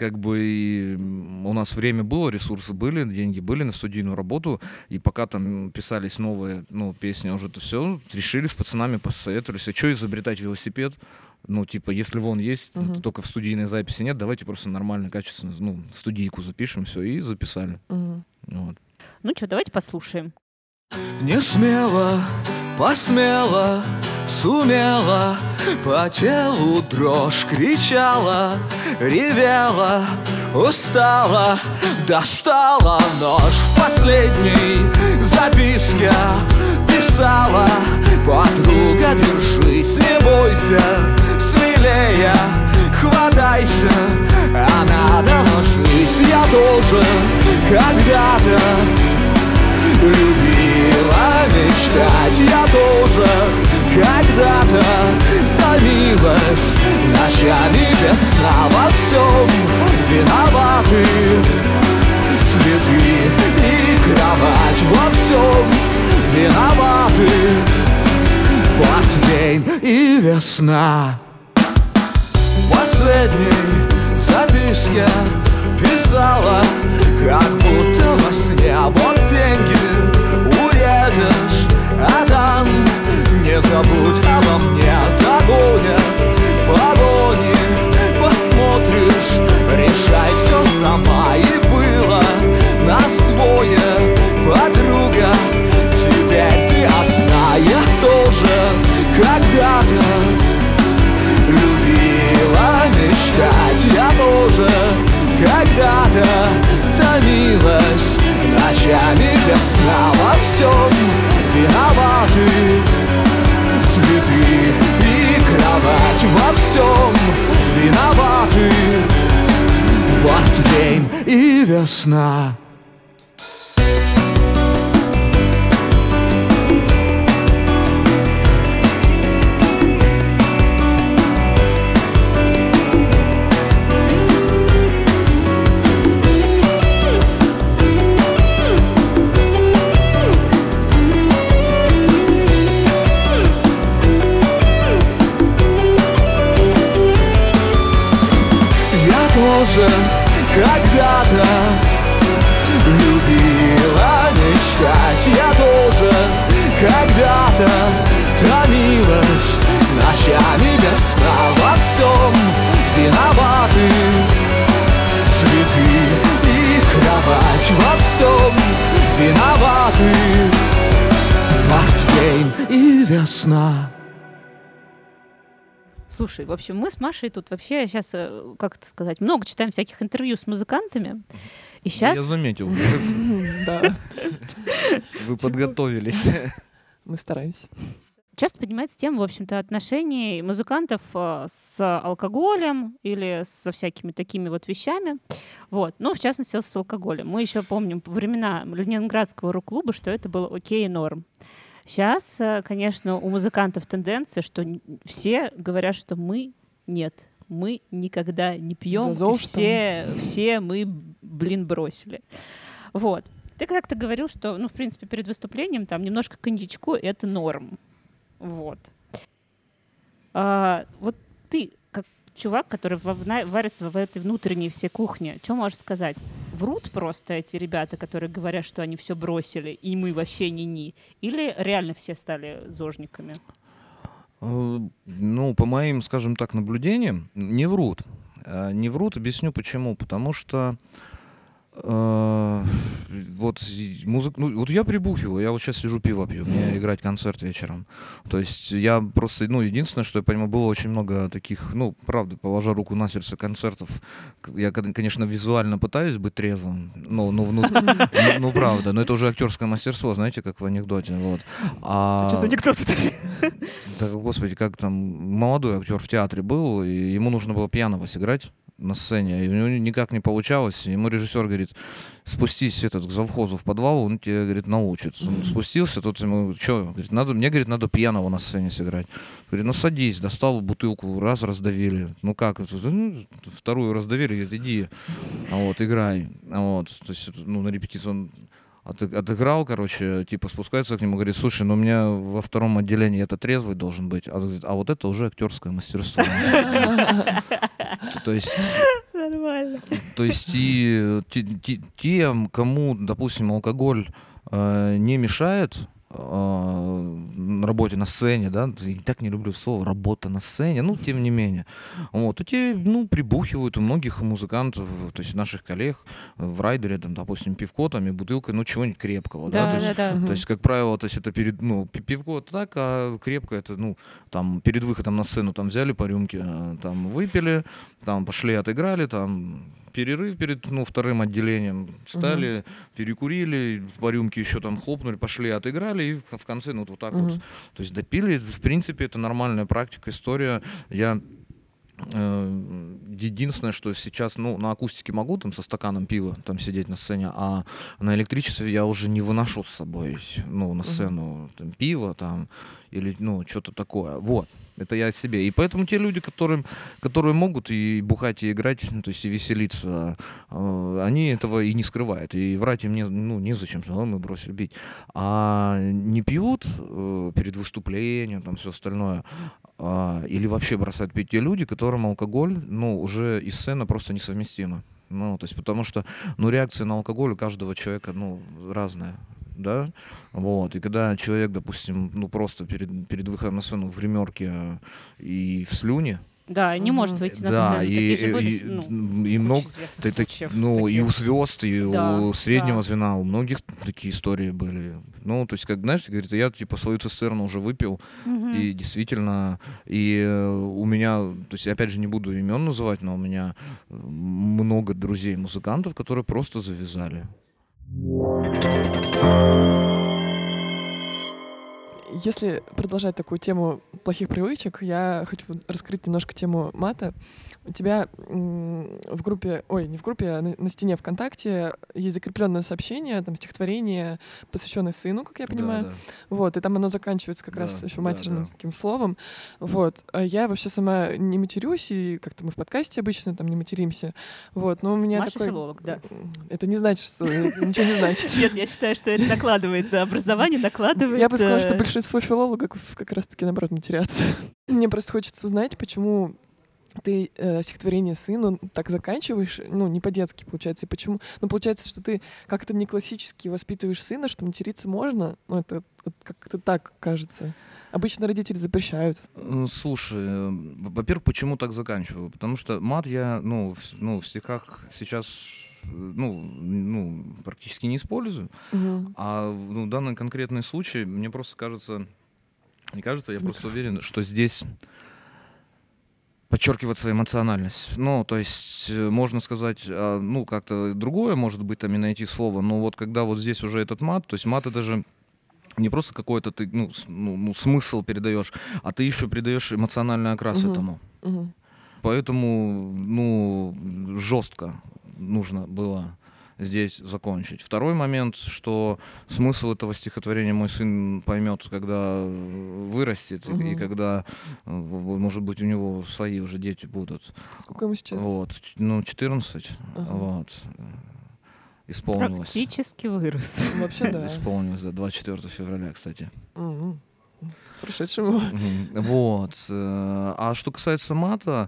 у нас время было, ресурсы были, деньги были на студийную работу, и пока там писались новые, песни, уже это все, решили с пацанами посоветовались, а что изобретать велосипед? Если вон есть, только в студийной записи нет, давайте просто нормально, качественно, студийку запишем, все, и записали. Вот. Ну что, давайте послушаем. Не смело, посмело, сумела, по телу дрожь кричала, ревела, устала, достала нож в последней записке, писала: подруга, держись, не бойся, смелее, хватайся, а надо ложись, я тоже когда-то любила мечтать, я тоже когда-то томилась ночами без сна. Во всем виноваты цветы и кровать, во всем виноваты портвейн и весна. В последней записке писала, как будто во сне: вот деньги, уедешь, а там не забудь обо мне. Догонят погони, посмотришь, решай все сама. И было нас двое, подруга, теперь ты одна. Я тоже когда-то любила мечтать, я тоже когда-то томилась ночами без сна. Во всем виноваты цветы и кровать. Во всем виноваты портвейн и весна. Тоже когда-то любила мечтать. Я тоже когда-то томилась ночами без сна. Во всем виноваты цветы и кровать. Во всем виноваты портвейн и весна. Слушай, в общем, мы с Машей тут вообще сейчас, как это сказать, много читаем всяких интервью с музыкантами. И сейчас... Я заметил, Да, вы подготовились. мы стараемся. Часто поднимается тема, в общем-то, отношений музыкантов с алкоголем или со всякими такими вот вещами. Вот. Ну, в частности, с алкоголем. Мы еще помним времена Ленинградского рок-клуба, что это было окей и норм. Сейчас, конечно, у музыкантов тенденция, что все говорят, что мы нет, мы никогда не пьем, За золотом. все мы, бросили. Вот. Ты как-то говорил, что, ну, в принципе, перед выступлением там немножко коньячку — это норм. Вот. Вот ты, как чувак, который варится в этой внутренней всей кухне, что можешь сказать? Врут просто эти ребята, которые говорят, что они все бросили, и мы вообще ни-ни? Или реально все стали зожниками? Ну, по моим, скажем так, наблюдениям, не врут. Не врут, объясню почему. Потому что вот вот я прибухиваю, я вот сейчас сижу, пиво пью, мне играть концерт вечером. То есть я просто, ну, единственное, что я понимаю, было очень много таких, ну, правда, положа руку на сердце, концертов. Я, конечно, визуально пытаюсь быть трезвым, ну, правда, но это уже актерское мастерство, знаете, как в анекдоте. Вот. Что за анекдот? Да, господи, как там, молодой актер в театре был, и ему нужно было пьяного сыграть на сцене, и у него никак не получалось. Ему режиссер говорит: спустись к завхозу в подвал, он тебе, говорит, научит. Он спустился, тот ему, что, говорит, надо пьяного на сцене сыграть. Говорит, ну садись, достал бутылку, раздавили. Ну как, вторую раздавили, говорит, иди, вот, играй. Вот, то есть, ну, на репетиции он отыграл, короче, типа спускается к нему, говорит, слушай, ну у меня во втором отделении это трезвый должен быть, а вот это уже актерское мастерство. То есть... Нормально. То есть и тем, кому, допустим, алкоголь не мешает на работе на сцене, да, я так не люблю слово «работа на сцене», ну, тем не менее, вот, и те, ну, прибухивают у многих музыкантов, то есть наших коллег в райдере, там, допустим, пивко, там, и бутылкой, ну, чего-нибудь крепкого, да, то есть, как правило, то есть это перед, ну, пивко так, а крепко это, ну, там, перед выходом на сцену, там, взяли по рюмке, там, выпили, там, пошли, отыграли, там, перерыв перед, ну, вторым отделением, встали, перекурили, по рюмке еще там хлопнули, пошли, отыграли, и в конце, ну, вот так вот, то есть допили. В принципе, это нормальная практика, история. Я единственное, что сейчас, ну, на акустике могу там со стаканом пива там сидеть на сцене, а на электричестве я уже не выношу с собой, ну, на сцену там, пиво там или, ну, что-то такое. Вот. Это я себе. И поэтому те люди, которые могут и бухать, и играть, ну, то есть и веселиться, они этого и не скрывают. И врать им незачем, что мы бросили пить. А не пьют перед выступлением, там все остальное, или вообще бросают пить те люди, которым алкоголь, ну, уже и сцена просто несовместима. Ну, то есть потому что, ну, реакция на алкоголь у каждого человека, ну, разная. Да, вот, и когда человек, допустим, ну, просто перед выходом на сцену в гримерке и в слюне, да, не может выйти на да, сцену. Такие же были, и много, случаев. ну, и у звезд, и да, у среднего звена, у многих такие истории были. Ну, то есть, как, знаешь, говорит, я, типа, свою цистерну уже выпил, и действительно, и у меня, то есть, опять же, не буду имен называть, но у меня много друзей-музыкантов, которые просто завязали. Если продолжать такую тему плохих привычек, я хочу раскрыть немножко тему мата. У тебя в группе, не в группе, а на стене ВКонтакте есть закрепленное сообщение, там стихотворение, посвященное сыну, как я понимаю. Да. Вот, и там оно заканчивается как Да, раз еще да, матерным да. таким словом. Вот. А я вообще сама не матерюсь, и как-то мы в подкасте обычно там не материмся. Вот, но у меня Маша такой... филолог, да. Это не значит, что... Ничего не значит. Нет, я считаю, что это накладывает на образование, накладывает... Я бы сказала, что большинство филологов как раз-таки, наоборот, матерятся. Мне просто хочется узнать, почему ты стихотворение сыну так заканчиваешь, не по-детски, получается, и почему... получается, что ты как-то не классически воспитываешь сына, что материться можно, это вот как-то так кажется. Обычно родители запрещают. Слушай, во-первых, почему так заканчиваю? Потому что мат я, в стихах сейчас, практически не использую. Угу. А в данный конкретный случай мне просто кажется, я просто уверен, что здесь подчеркивается эмоциональность. То есть можно сказать, как-то другое, может быть, там и найти слово, но вот когда вот здесь уже этот мат, то есть мат это же не просто какой-то ты, смысл передаешь, а ты еще придаешь эмоциональный окрас этому. Угу. Поэтому, жестко нужно было здесь закончить. Второй момент, что смысл этого стихотворения мой сын поймет, когда вырастет, и когда, может быть, у него свои уже дети будут. Сколько ему сейчас? 14. Вот. Исполнилось. Практически вырос. Вообще, да. Исполнилось, 24 февраля, кстати. Мгм. С прошедшим его. Вот. А что касается мата,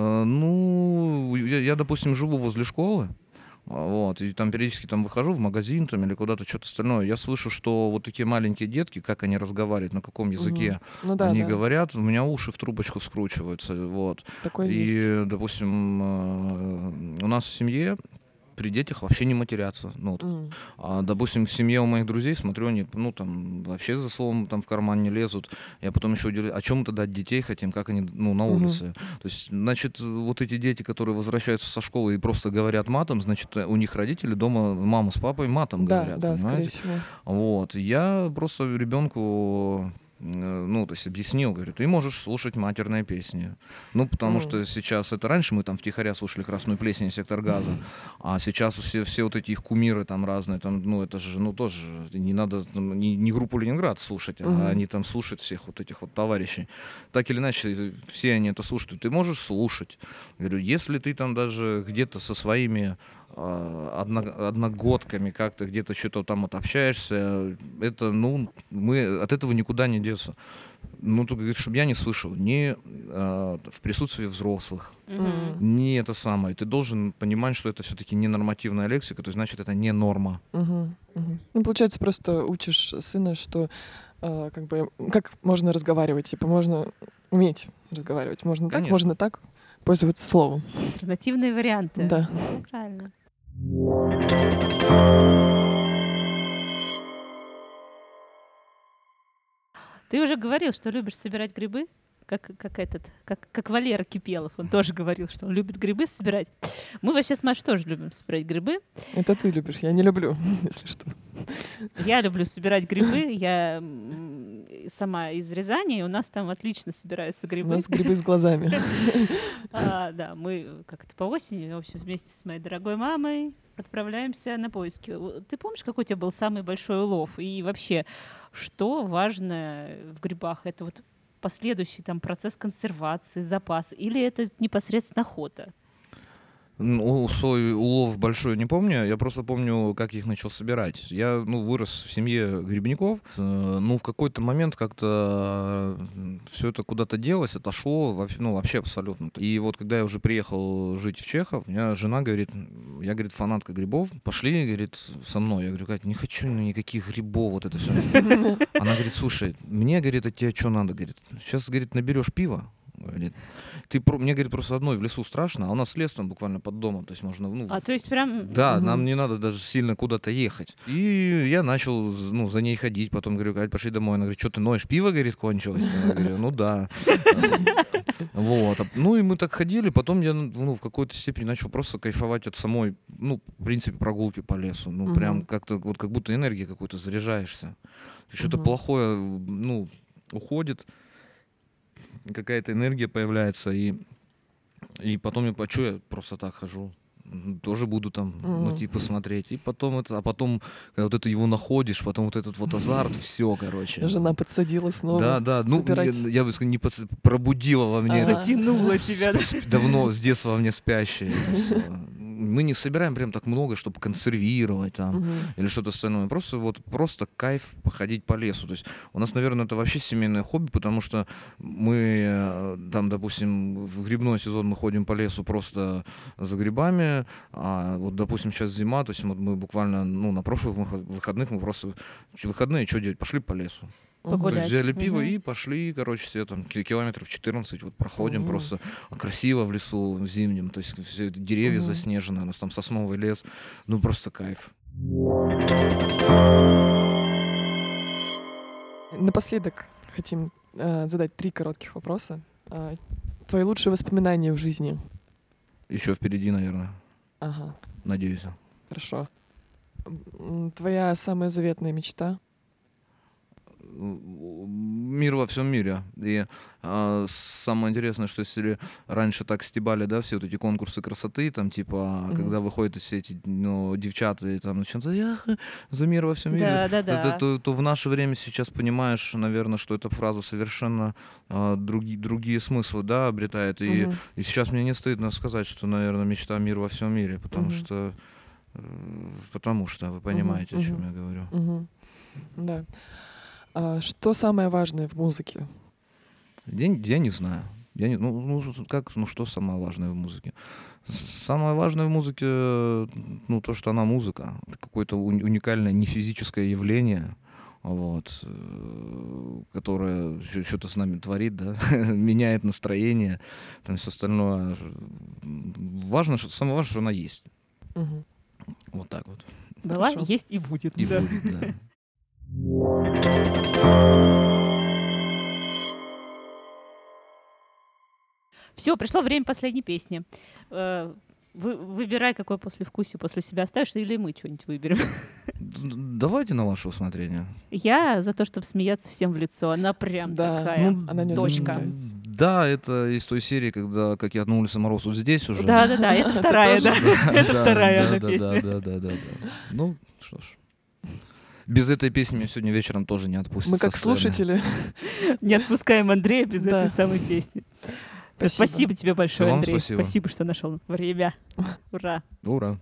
я, допустим, живу возле школы. Вот, и там периодически выхожу в магазин или куда-то что-то остальное. Я слышу, что вот такие маленькие детки, как они разговаривают, на каком языке они говорят, у меня уши в трубочку скручиваются. Вот. Такое И, есть. допустим, у нас в семье при детях вообще не матерятся. А, допустим, в семье у моих друзей, смотрю, они, вообще за словом в карман не лезут. Я потом еще удивляюсь, о чем мы тогда от детей хотим, как они, на улице. То есть, значит, вот эти дети, которые возвращаются со школы и просто говорят матом, значит, у них родители дома, мама с папой матом говорят, Да, скорее понимаете? всего. Вот. Я просто ребенку то есть объяснил, говорю, ты можешь слушать матерные песни. Потому что сейчас, это раньше мы втихаря слушали «Красную плесень» и «Сектор газа», а сейчас все вот эти их кумиры разные, это же, тоже не надо не группу «Ленинград» слушать, а они слушают всех вот этих вот товарищей. Так или иначе, все они это слушают. Ты можешь слушать. Говорю, если ты даже где-то со своими одногодками как-то где-то что-то общаешься, это, мы от этого никуда не деться. Только, говорит, чтобы я не слышал ни в присутствии взрослых, ни это самое. Ты должен понимать, что это все-таки не нормативная лексика, то есть, значит, это не норма. Получается, просто учишь сына, что как можно разговаривать, можно уметь разговаривать. Можно так, Конечно. можно так, пользоваться словом. Альтернативные варианты. Да. Правильно. Ты уже говорил, что любишь собирать грибы, как Валера Кипелов. Он тоже говорил, что он любит грибы собирать. Мы вообще с Машей тоже любим собирать грибы. Это ты любишь, я не люблю, если что. Я люблю собирать грибы. Я сама из Рязани, и у нас там отлично собираются грибы. У нас грибы с глазами. Да, мы как-то по осени, в общем, вместе с моей дорогой мамой отправляемся на поиски. Ты помнишь, какой у тебя был самый большой улов? И вообще, что важно в грибах? Это вот последующий процесс консервации, запас, или это непосредственно охота? Свой улов большой не помню, я просто помню, как я их начал собирать. Я, вырос в семье грибников, в какой-то момент как-то все это куда-то делось, отошло, вообще абсолютно. И вот когда я уже приехал жить в Чехов, у меня жена говорит, я, говорит, фанатка грибов, пошли, говорит, со мной. Я говорю, Катя, не хочу никаких грибов, вот это все. Она говорит, слушай, мне, говорит, от тебя что надо, говорит, сейчас, говорит, наберешь пива, Говорит, мне, говорит, просто одной в лесу страшно, а у нас лес там буквально под домом, то есть можно, То есть прям... да, нам не надо даже сильно куда-то ехать. И я начал, за ней ходить, потом говорю, Кать, пошли домой. Она говорит, что ты ноешь, пиво, говорит, кончилось? Я говорю, ну да. Вот. Ну и мы так ходили, потом я, в какой-то степени начал просто кайфовать от самой, в принципе, прогулки по лесу. Прям как-то, вот как будто энергией какой-то заряжаешься. Что-то плохое, уходит, какая-то энергия появляется, и потом я просто так хожу. Тоже буду там, смотреть. И потом когда вот это его находишь, потом вот этот вот азарт, все, короче. Жена подсадила снова. Да. собирать. Я бы сказал, пробудила во мне. Затянула тебя. Давно, с детства во мне спящее. Мы не собираем прям так много, чтобы консервировать там или что-то остальное. Просто кайф походить по лесу. То есть у нас, наверное, это вообще семейное хобби, потому что мы там, допустим, в грибной сезон мы ходим по лесу просто за грибами, а вот, допустим, сейчас зима, то есть мы буквально, на прошлых выходных мы просто выходные, что делать? Пошли по лесу. Погулять. То есть взяли пиво и пошли, все там километров 14 вот проходим просто красиво в лесу зимнем, то есть все деревья заснежены, у нас там сосновый лес, просто кайф. Напоследок хотим задать 3 коротких вопроса. Твои лучшие воспоминания в жизни? Еще впереди, наверное. Ага, Надеюсь. хорошо. Твоя самая заветная мечта? Мир во всем мире. И самое интересное, что если раньше так стебали, да, все вот эти конкурсы красоты, там, типа, когда выходят все эти девчата и там начинают за мир во всем мире, то в наше время сейчас понимаешь, наверное, что эта фраза совершенно другие смыслы, да, обретает. И сейчас мне не стыдно сказать, что, наверное, мечта мир во всем мире, потому что вы понимаете, о чем я говорю. Да. Что самое важное в музыке? Я не знаю. Что самое важное в музыке? Самое важное в музыке, то, что она музыка. Это какое-то уникальное нефизическое явление, которое что-то с нами творит, да, меняет настроение, там все остальное. Самое важное, что она есть. Вот так вот. Была, Хорошо. есть и будет. И будет, да. Все, пришло время последней песни. Выбирай, какое послевкусие после себя оставишь, или мы что-нибудь выберем. Давайте на ваше усмотрение. Я за то, чтобы смеяться всем в лицо. Она прям такая она мне точка. тоже нравится. Да, это из той серии, когда «Как я на улице Мороз» вот здесь уже. Да, это вторая, да. Это вторая она песня. Да. Ну, что ж. Без этой песни меня сегодня вечером тоже не отпустят. Мы как слушатели. Не отпускаем Андрея без Да. этой самой песни. Спасибо тебе большое, Вам Андрей. спасибо. Спасибо, что нашел время. Ура. Ура.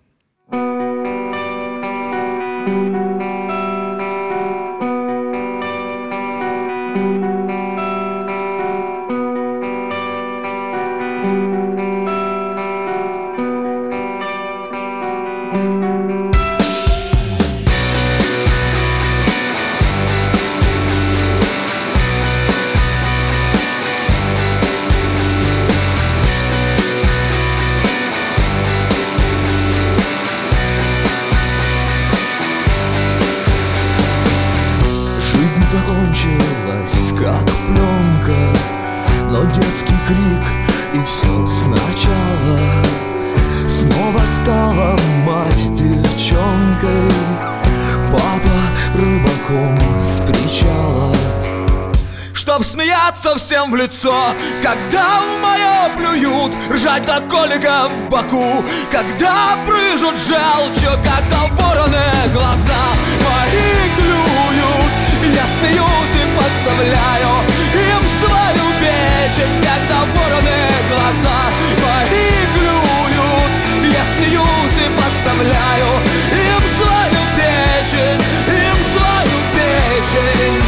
Жизнь закончилась, как пленка, но детский крик и все сначала. Снова стала мать девчонкой, папа рыбаком с причала. Чтоб смеяться всем в лицо, когда в мое плюют, ржать до колика в боку, когда брыжут желчью, когда вороны глаза мои клюют. Я смеюсь и подставляю им свою печень, когда вороны глаза мои клюют. Я смеюсь и подставляю им свою печень, им свою печень.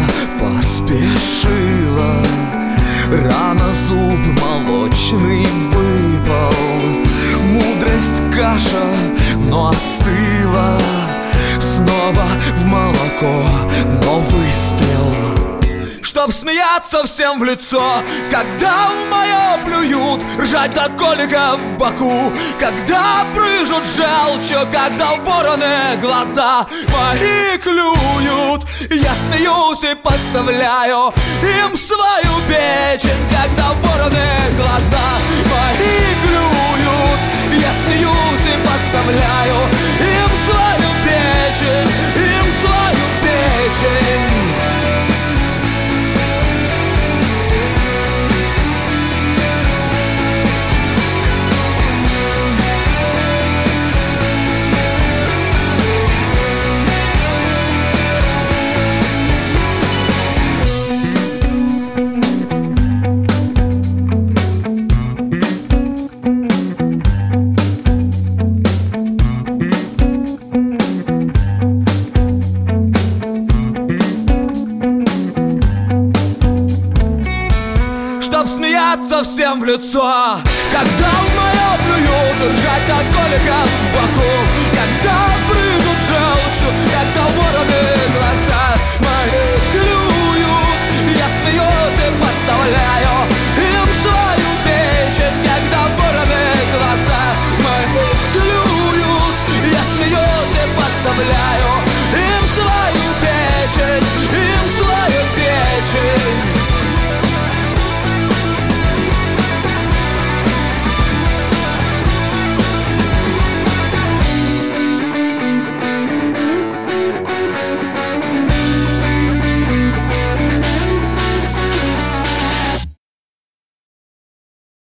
поспешила. Рано зуб молочный выпал, мудрость каша, но остыла. Снова в молоко, но выстрел, чтоб смеяться всем в лицо, когда в мое плюют, ржать до колика в боку, когда брыжут желчью, когда вороны глаза мои клюют. Я смеюсь и подставляю им свою печень, когда вороны глаза мои клюют. Я смеюсь и подставляю им свою печень, им свою печень. Всем в лицо, когда в мое плюют, ржать до колика в боку,